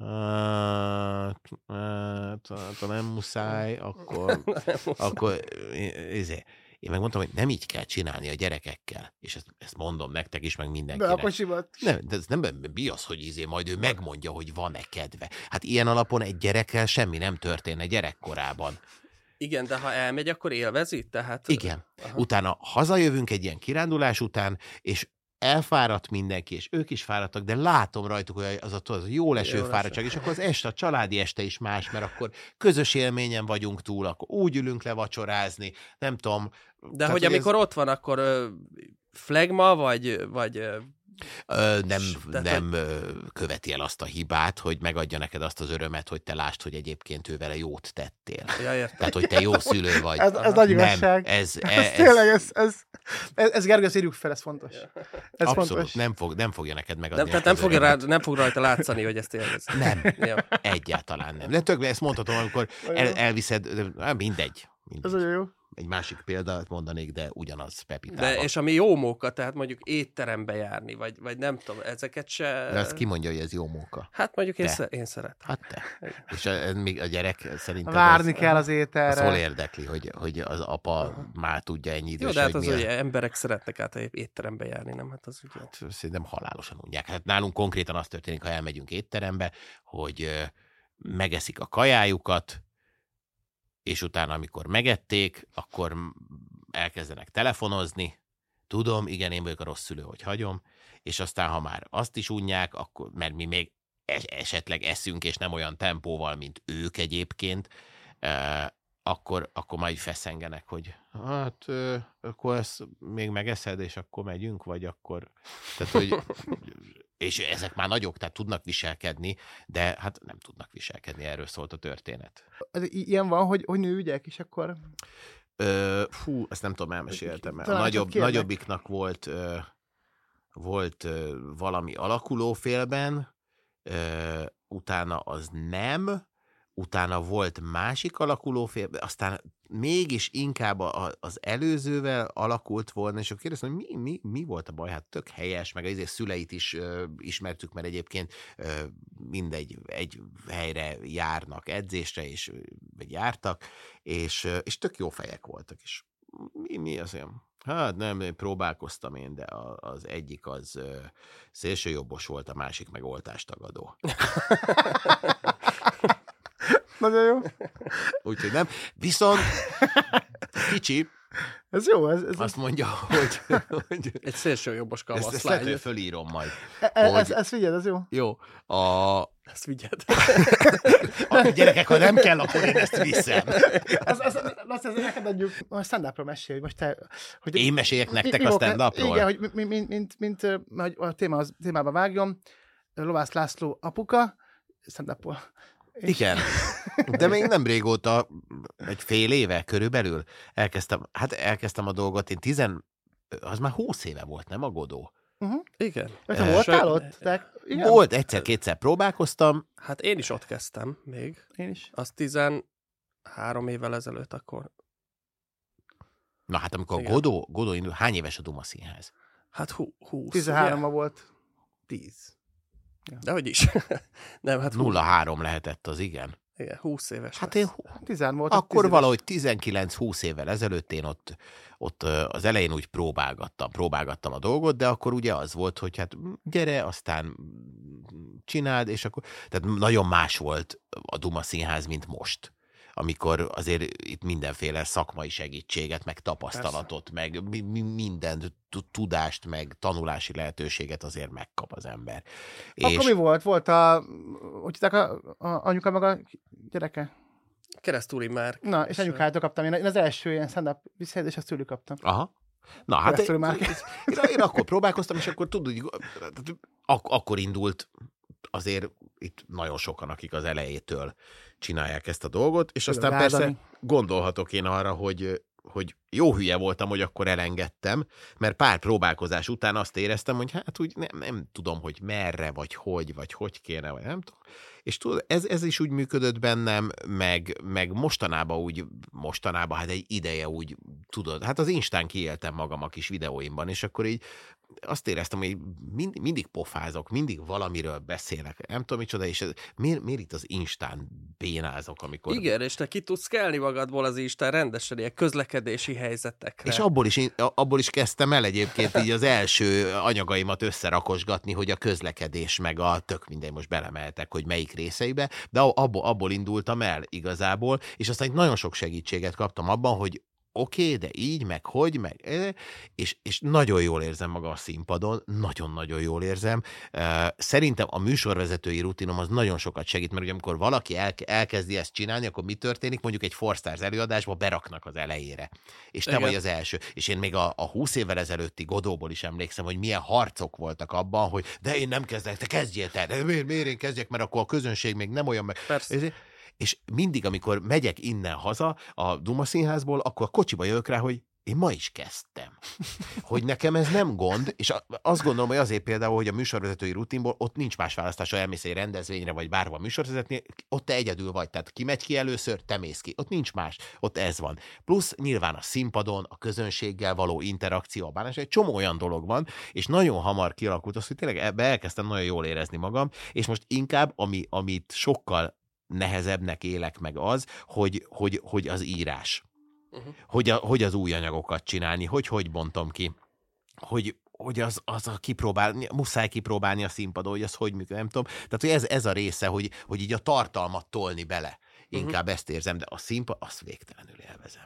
Hát, hát, hát, nem muszáj, akkor, akkor ezért. Én megmondtam, hogy nem így kell csinálni a gyerekekkel, és ezt, ezt mondom nektek is, meg mindenkinek. Be a kocsimat. Nem, de ez nem mi az, hogy izé, majd ő megmondja, hogy van-e kedve. Hát ilyen alapon egy gyerekkel semmi nem történne gyerekkorában. Igen, de ha elmegy, akkor élvezi? Tehát... Igen. Aha. Utána hazajövünk egy ilyen kirándulás után, és elfáradt mindenki, és ők is fáradtak, de látom rajtuk, hogy az a, az a jó leső fáradtság, és akkor az este, a családi este is más, mert akkor közös élményen vagyunk túl, akkor úgy ülünk le vacsorázni, nem tudom. De tehát, hogy amikor ez... ott van, akkor ö, flegma, vagy... vagy ö... Ö, nem nem hogy... követi el azt a hibát, hogy megadja neked azt az örömet, hogy te lásd, hogy egyébként ő vele jót tettél. Ja, tehát, hogy te jó szülő vagy. Ez, ez nagy igazság. Ez, ez, ez, ez tényleg, ez, ez, ez, ez Gergő, írjuk fel, ez fontos. Ez abszolút, fontos. Nem, fog, nem fogja neked megadni. Nem, tehát nem, fogja rá, nem fog rajta látszani, hogy ezt élvez. Nem, egyáltalán nem. De tökre ezt mondhatom, amikor el, elviszed, mindegy. mindegy. Ez olyan jó. Egy másik példát mondanék, de ugyanaz Pepitában. De és ami jó móka, tehát mondjuk étterembe járni, vagy, vagy nem tudom, ezeket se... De azt ki mondja, hogy ez jó móka? Hát mondjuk én, sz- én szeretem. Hát te. És a, még a gyerek szerintem... Várni ez, kell az ételre. Az hol érdekli, hogy, hogy az apa uh-huh. már tudja ennyi idős. Jó, de hát az, hogy a... emberek szeretnek át étterembe járni, nem? Hát az ugye... Hát, szerintem halálosan unják. Hát nálunk konkrétan az történik, ha elmegyünk étterembe, hogy uh, megeszik a kajájukat, és utána, amikor megették, akkor elkezdenek telefonozni. Tudom, igen, én vagyok a rossz szülő, hogy hagyom. És aztán, ha már azt is unják, akkor, mert mi még esetleg eszünk, és nem olyan tempóval, mint ők egyébként, eh, akkor, akkor majd feszengenek, hogy hát, eh, akkor ezt még megeszed, és akkor megyünk, vagy akkor... Tehát, hogy... És ezek már nagyok, tehát tudnak viselkedni, de hát nem tudnak viselkedni, erről szólt a történet. Ez ilyen van, hogy, hogy nőügyek, és akkor... Ö, fú, ezt nem tudom, elmeséltem. A nagyobb, nagyobbiknak volt, ö, volt ö, valami alakulófélben, ö, utána az nem, utána volt másik alakulófélben, aztán mégis inkább a, az előzővel alakult volna, és akkor kérdeztem, hogy mi, mi, mi volt a baj? Hát tök helyes, meg azért szüleit is ö, ismertük, mert egyébként ö, mindegy, egy helyre járnak edzésre, és vagy jártak, és, ö, és tök jó fejek voltak, és mi, mi az olyan? Hát nem, próbálkoztam én, de az egyik az szélsőjobbos volt, a másik meg oltástagadó. Nagyon jó. Úgyhogy nem. Viszont kicsi, Ez jó, ez... ez azt mondja, hogy... hogy Egy szélsőjobbos ezt, ezt lehet, hogy fölírom majd. e, e, hogy, ez, ez figyeld, ez jó. Jó. A, Ezt vigyed. a gyerekek, ha nem kell, akkor én ezt viszem. Ez, ez, azt ez neked adjuk, a stand-upról mesélj, hogy most te... Hogy Én meséljek nektek mi- a mi- stand-upról? Igen, hogy mint, mint, mint, mint hogy a téma, az, témába vágjon, Lovász László apuka, stand-upról. Igen. De még nem régóta, egy fél éve körülbelül elkezdtem, hát elkezdtem a dolgot, én tizen, az már húsz éve volt, nem a Godó? Uh-huh. Igen. Te voltál Sőt, ott? Te, igen? Volt, egyszer-kétszer próbálkoztam. Hát én is ott kezdtem még. Én is. Az tizenhárom évvel ezelőtt akkor. Na hát amikor Igen. Godó, Godó indul, hány éves a Duma Színház? Hát hú, húsz. tizenhárom volt. tíz. Ugye? De hogy is. Nem, hát nulla három lehetett az, igen. Igen, húsz éves. Hát lesz. én Tizen volt. akkor tíz valahogy tizenkilenc-húsz évvel ezelőtt én ott, ott ö, az elején úgy próbálgattam, próbálgattam a dolgot, de akkor ugye az volt, hogy hát gyere, aztán csináld, és akkor, tehát nagyon más volt a Duma Színház, mint most, amikor azért itt mindenféle szakmai segítséget, meg tapasztalatot, meg mi, mi, mindent, tudást, meg tanulási lehetőséget azért megkap az ember. Akkor mi volt? Volt a, hogy hívták a, a anyuka meg a gyereke? Keresztúri már. Na, és anyukától kaptam. Én, én az első ilyen stand-up visszajelzést, azt tőlük kaptam. Aha. Na, hát Keresztúri én, Márk. én, én akkor próbálkoztam, és akkor tudod, hogy ak- akkor indult azért itt nagyon sokan, akik az elejétől csinálják ezt a dolgot, és aztán Rádani. persze gondolhatok én arra, hogy, hogy jó hülye voltam, hogy akkor elengedtem, mert pár próbálkozás után azt éreztem, hogy hát úgy nem, nem tudom, hogy merre, vagy hogy, vagy hogy kéne, vagy nem tudom. És tudod, ez, ez is úgy működött bennem, meg, meg mostanában úgy, mostanában hát egy ideje úgy, tudod, hát az Instán kiéltem magam a kis videóimban, és akkor így azt éreztem, hogy mind, mindig pofázok, mindig valamiről beszélek, nem tudom micsoda, és ez, miért, miért itt az Instán bénázok, amikor... Igen, és te ki tudsz kelni magadból az Isten rendesen ilyen közlekedési helyzetekre. És abból is, abból is kezdtem el egyébként így az első anyagaimat összerakosgatni, hogy a közlekedés meg a tök mindegy, most belemeltek, hogy melyik részeibe, de abból, abból indultam el igazából, és aztán nagyon sok segítséget kaptam abban, hogy oké, okay, de így, meg hogy, meg... És, és nagyon jól érzem maga a színpadon, nagyon-nagyon jól érzem. Szerintem a műsorvezetői rutinom az nagyon sokat segít, mert ugye amikor valaki el, elkezdi ezt csinálni, akkor mi történik? Mondjuk egy Four Stars előadásba beraknak az elejére. És te Igen. vagy az első. És én még a, a húsz évvel ezelőtti Godóból is emlékszem, hogy milyen harcok voltak abban, hogy de én nem kezdek, te kezdjél te, de miért, miért én kezdjek, mert akkor a közönség még nem olyan meg... Persze. És mindig, amikor megyek innen haza a Duma Színházból, akkor a kocsiba jövök rá, hogy én ma is kezdtem. Hogy nekem ez nem gond, és azt gondolom, hogy azért például, hogy a műsorvezetői rutinból ott nincs más választás, ha elmész egy rendezvényre, vagy bárhol műsorvezetni, ott te egyedül vagy. Tehát ki megy ki először, te mész ki. Ott nincs más. Ott ez van. Plusz nyilván a színpadon, a közönséggel való interakció, a bánás, egy csomó olyan dolog van, és nagyon hamar kialakult az, hogy tényleg ebbe elkezdtem nagyon jól érezni magam, és most inkább, ami, amit sokkal nehezebbnek élek meg az, hogy, hogy, hogy az írás. Uh-huh. Hogy, a, hogy az új anyagokat csinálni, hogy hogy bontom ki, hogy, hogy az, az a kipróbálni, muszáj kipróbálni a színpadon, hogy az hogy működik, nem tudom. Tehát, hogy ez, ez a része, hogy, hogy így a tartalmat tolni bele. Inkább uh-huh. ezt érzem, de a színpad, azt végtelenül élvezem.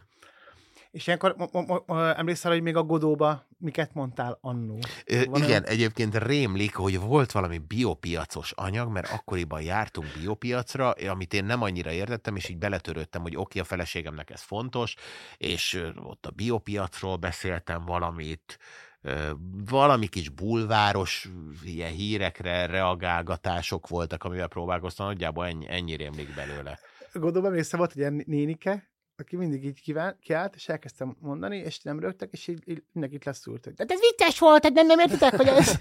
És ilyenkor mo- mo- mo- emlékszel, hogy még a Godóba miket mondtál annó? Ö, igen, olyan? Egyébként rémlik, hogy volt valami biopiacos anyag, mert akkoriban jártunk biopiacra, amit én nem annyira értettem, és így beletörődtem, hogy oké, okay, a feleségemnek ez fontos, és ott a biopiacról beszéltem valamit, valami kis bulváros ilyen hírekre reagálgatások voltak, amivel próbálkoztam, nagyjából ennyi, ennyi rémlik belőle. Godóban emlékszel, volt egy ilyen nénike, aki mindig így kivál, kiállt, és elkezdtem mondani, és nem rögtek, és így, így mindenkit leszúrt. De ez vicces volt, hát nem, nem értitek, hogy ez...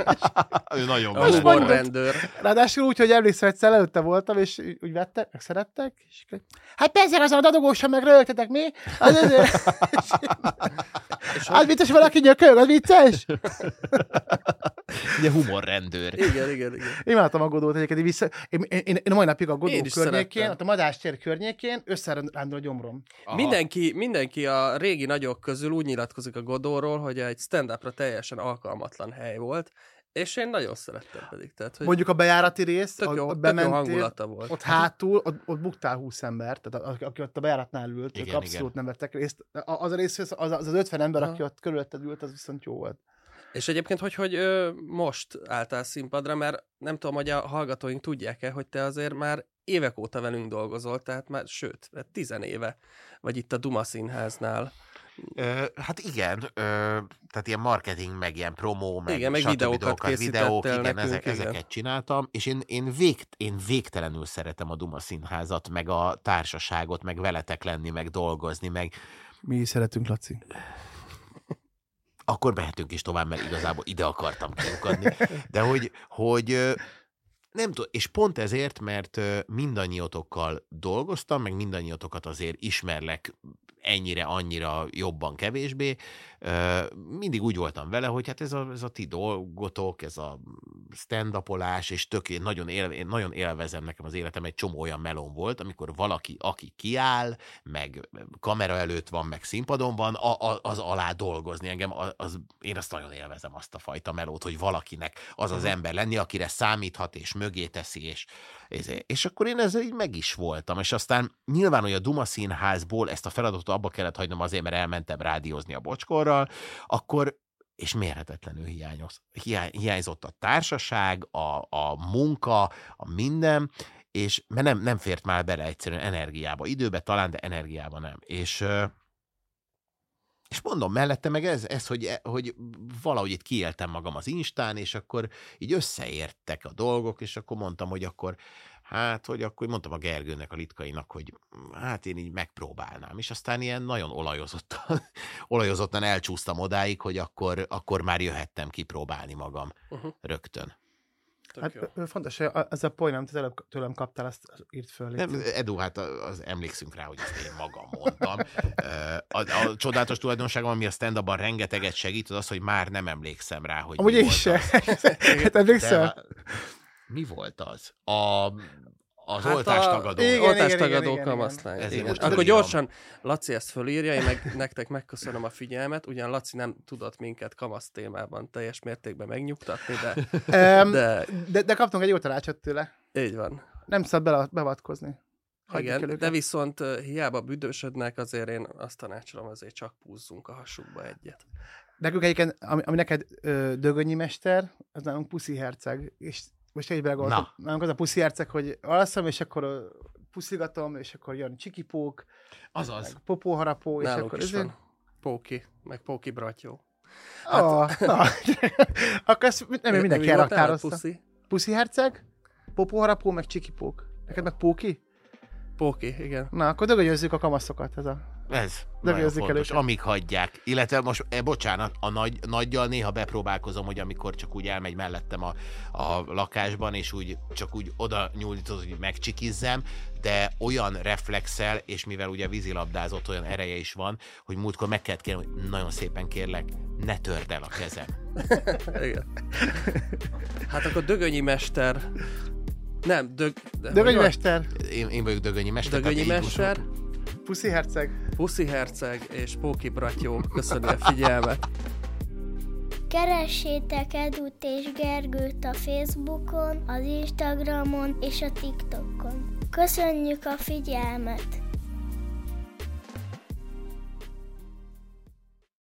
Ő nagyon a humorrendőr. Ráadásul úgy, hogy emlékszem, hogy egyszer előtte voltam, és úgy vettek, meg szerettek, és hát persze, azon a dadogósan meg rögtetek, mi? Az ezért... Az vicces, valaki nyökög, az vicces? Ugye humorrendőr. Igen, igen, igen. Imádtam a Godót egyébként, vissza... én, én, én, én a mai napig a Godó Én is környékén, szerettem. ott a Madástér környékén összerándul a gyomrom. Aha. Mindenki, mindenki a régi nagyok közül úgy nyilatkozik a Godóról, hogy egy stand-upra teljesen alkalmatlan hely volt, és én nagyon szerettem pedig. Tehát, hogy Mondjuk a bejárati rész, tök a, jó, ott tök jó bementél, hangulata volt. ott hátul, ott, ott buktál húsz ember, tehát a- aki ott a bejáratnál ült, Igen, ők abszolút igen. nem vettek részt. A- Az a rész, az, az az ötven ember, Aha. aki ott körülötted ült, az viszont jó volt. És egyébként, hogy, hogy ö, most álltál színpadra, mert nem tudom, hogy a hallgatóink tudják-e, hogy te azért már évek óta velünk dolgozol, tehát már, sőt, tizen éve vagy itt a Duma Színháznál. Ö, hát igen, ö, tehát ilyen marketing, meg ilyen promó, meg, Igen, meg stb. videókat dolgokat, készítettél videók, igen, nekünk, ezek, igen. ezeket csináltam, és én, én, vég, én végtelenül szeretem a Duma Színházat, meg a társaságot, meg veletek lenni, meg dolgozni, meg Mi is szeretünk, Laci. akkor mehetünk is tovább, mert igazából ide akartam kiukadni. De hogy, hogy ö, nem tudom, és pont ezért, mert ö, mindannyiótokkal dolgoztam, meg mindannyiótokat azért ismerlek ennyire, annyira, jobban, kevésbé. Ö, mindig úgy voltam vele, hogy hát ez a, ez a ti dolgotok, ez a stand-upolás, és tök, én nagyon, él, én nagyon élvezem, nekem az életem egy csomó olyan melón volt, amikor valaki, aki kiáll, meg kamera előtt van, meg színpadon van, a, a, az alá dolgozni engem, az, az, én azt nagyon élvezem, azt a fajta melót, hogy valakinek az az ember lenni, akire számíthat, és mögé teszi, és, és, és akkor én ezzel így meg is voltam, és aztán nyilván, hogy a Duma Színházból ezt a feladatot abba kellett hagynom azért, mert elmentem rádiózni a Bocskorral, akkor, és mérhetetlenül hiányoz, hiány, hiányzott a társaság, a, a munka, a minden, és mert nem, nem fért már bele egyszerűen energiába, időbe talán, de energiába nem. És, és mondom, mellette meg ez, ez hogy, hogy valahogy itt kiéltem magam az Instán, és akkor így összeértek a dolgok, és akkor mondtam, hogy akkor hát, hogy akkor mondtam a Gergőnek, a Litkainak, hogy hát én így megpróbálnám. És aztán ilyen nagyon olajozottan, olajozottan elcsúsztam odáig, hogy akkor, akkor már jöhettem kipróbálni magam Uh-huh. rögtön. Tök Hát jó. ö, fontos, hogy a- ez a poén, amit az előbb tőlem kaptál, azt írt föl. légy Nem, szíves. Edu, hát az, emlékszünk rá, hogy ezt én magam mondtam. A, a, a csodálatos tulajdonságom, ami a stand-upban rengeteget segít, az az, hogy már nem emlékszem rá, hogy Amúgy mi én volt se. az. Hát emlékszel? De, mi volt az? A, az Hát oltástagadó. Igen, Oltástagadó igen, kamaszlány. igen. Igen. Ezért Akkor most gyorsan Laci ezt fölírja, én meg nektek megköszönöm a figyelmet, ugyan Laci nem tudott minket kamasz témában teljes mértékben megnyugtatni, de, Em, de de, de kaptunk egy jó tanácsot tőle. így van. Nem szabad bele, beavatkozni. Hagyjuk el Igen, őket. de viszont uh, hiába büdösödnek, azért én azt tanácsolom, azért csak púzzunk a hasukba egyet. Nekünk egyébként, ami, ami neked ö, Dögönyi mester, az nálunk Puszi herceg, és most egy belegondoltam. Na. Nálunk az a Puszi herceg, hogy alszom, és akkor ö, puszigatom, és akkor jön csikipók, Azaz. meg popóharapó, és Nálunk akkor is ezért- van. Póki, meg Póki Bratyó. Ah, na. Akkor ezt nem mindenki Mi volt nálad, elraktározta. Puszi? Puszi herceg, popóharapó, meg csikipók. Neked meg Póki? Póki, igen. Na, akkor dögönyözzük a kamaszokat. Ez a... Ez De nagyon kérdezzük el fontos, őket. amíg hagyják. Illetve most, eh, bocsánat, a nagy, nagyjal néha bepróbálkozom, hogy amikor csak úgy elmegy mellettem a, a lakásban, és úgy csak úgy oda nyúlítod, hogy megcsikizzem, de olyan reflexel, és mivel ugye vízilabdázott, olyan ereje is van, hogy múltkor meg kellett kérni, hogy nagyon szépen kérlek, ne törd el a kezem. Igen. Hát akkor Dögönyi mester... Nem, dög... de- Dögönyi hogy van? mester, Én, én vagyok Dögönyi mester. Dögönyi tehát így mester, Puszi herceg. Puszi herceg és Póki Bratyó. Köszönöm a figyelmet. Keressétek Edut és Gergőt a Facebookon, az Instagramon és a TikTokon. Köszönjük a figyelmet!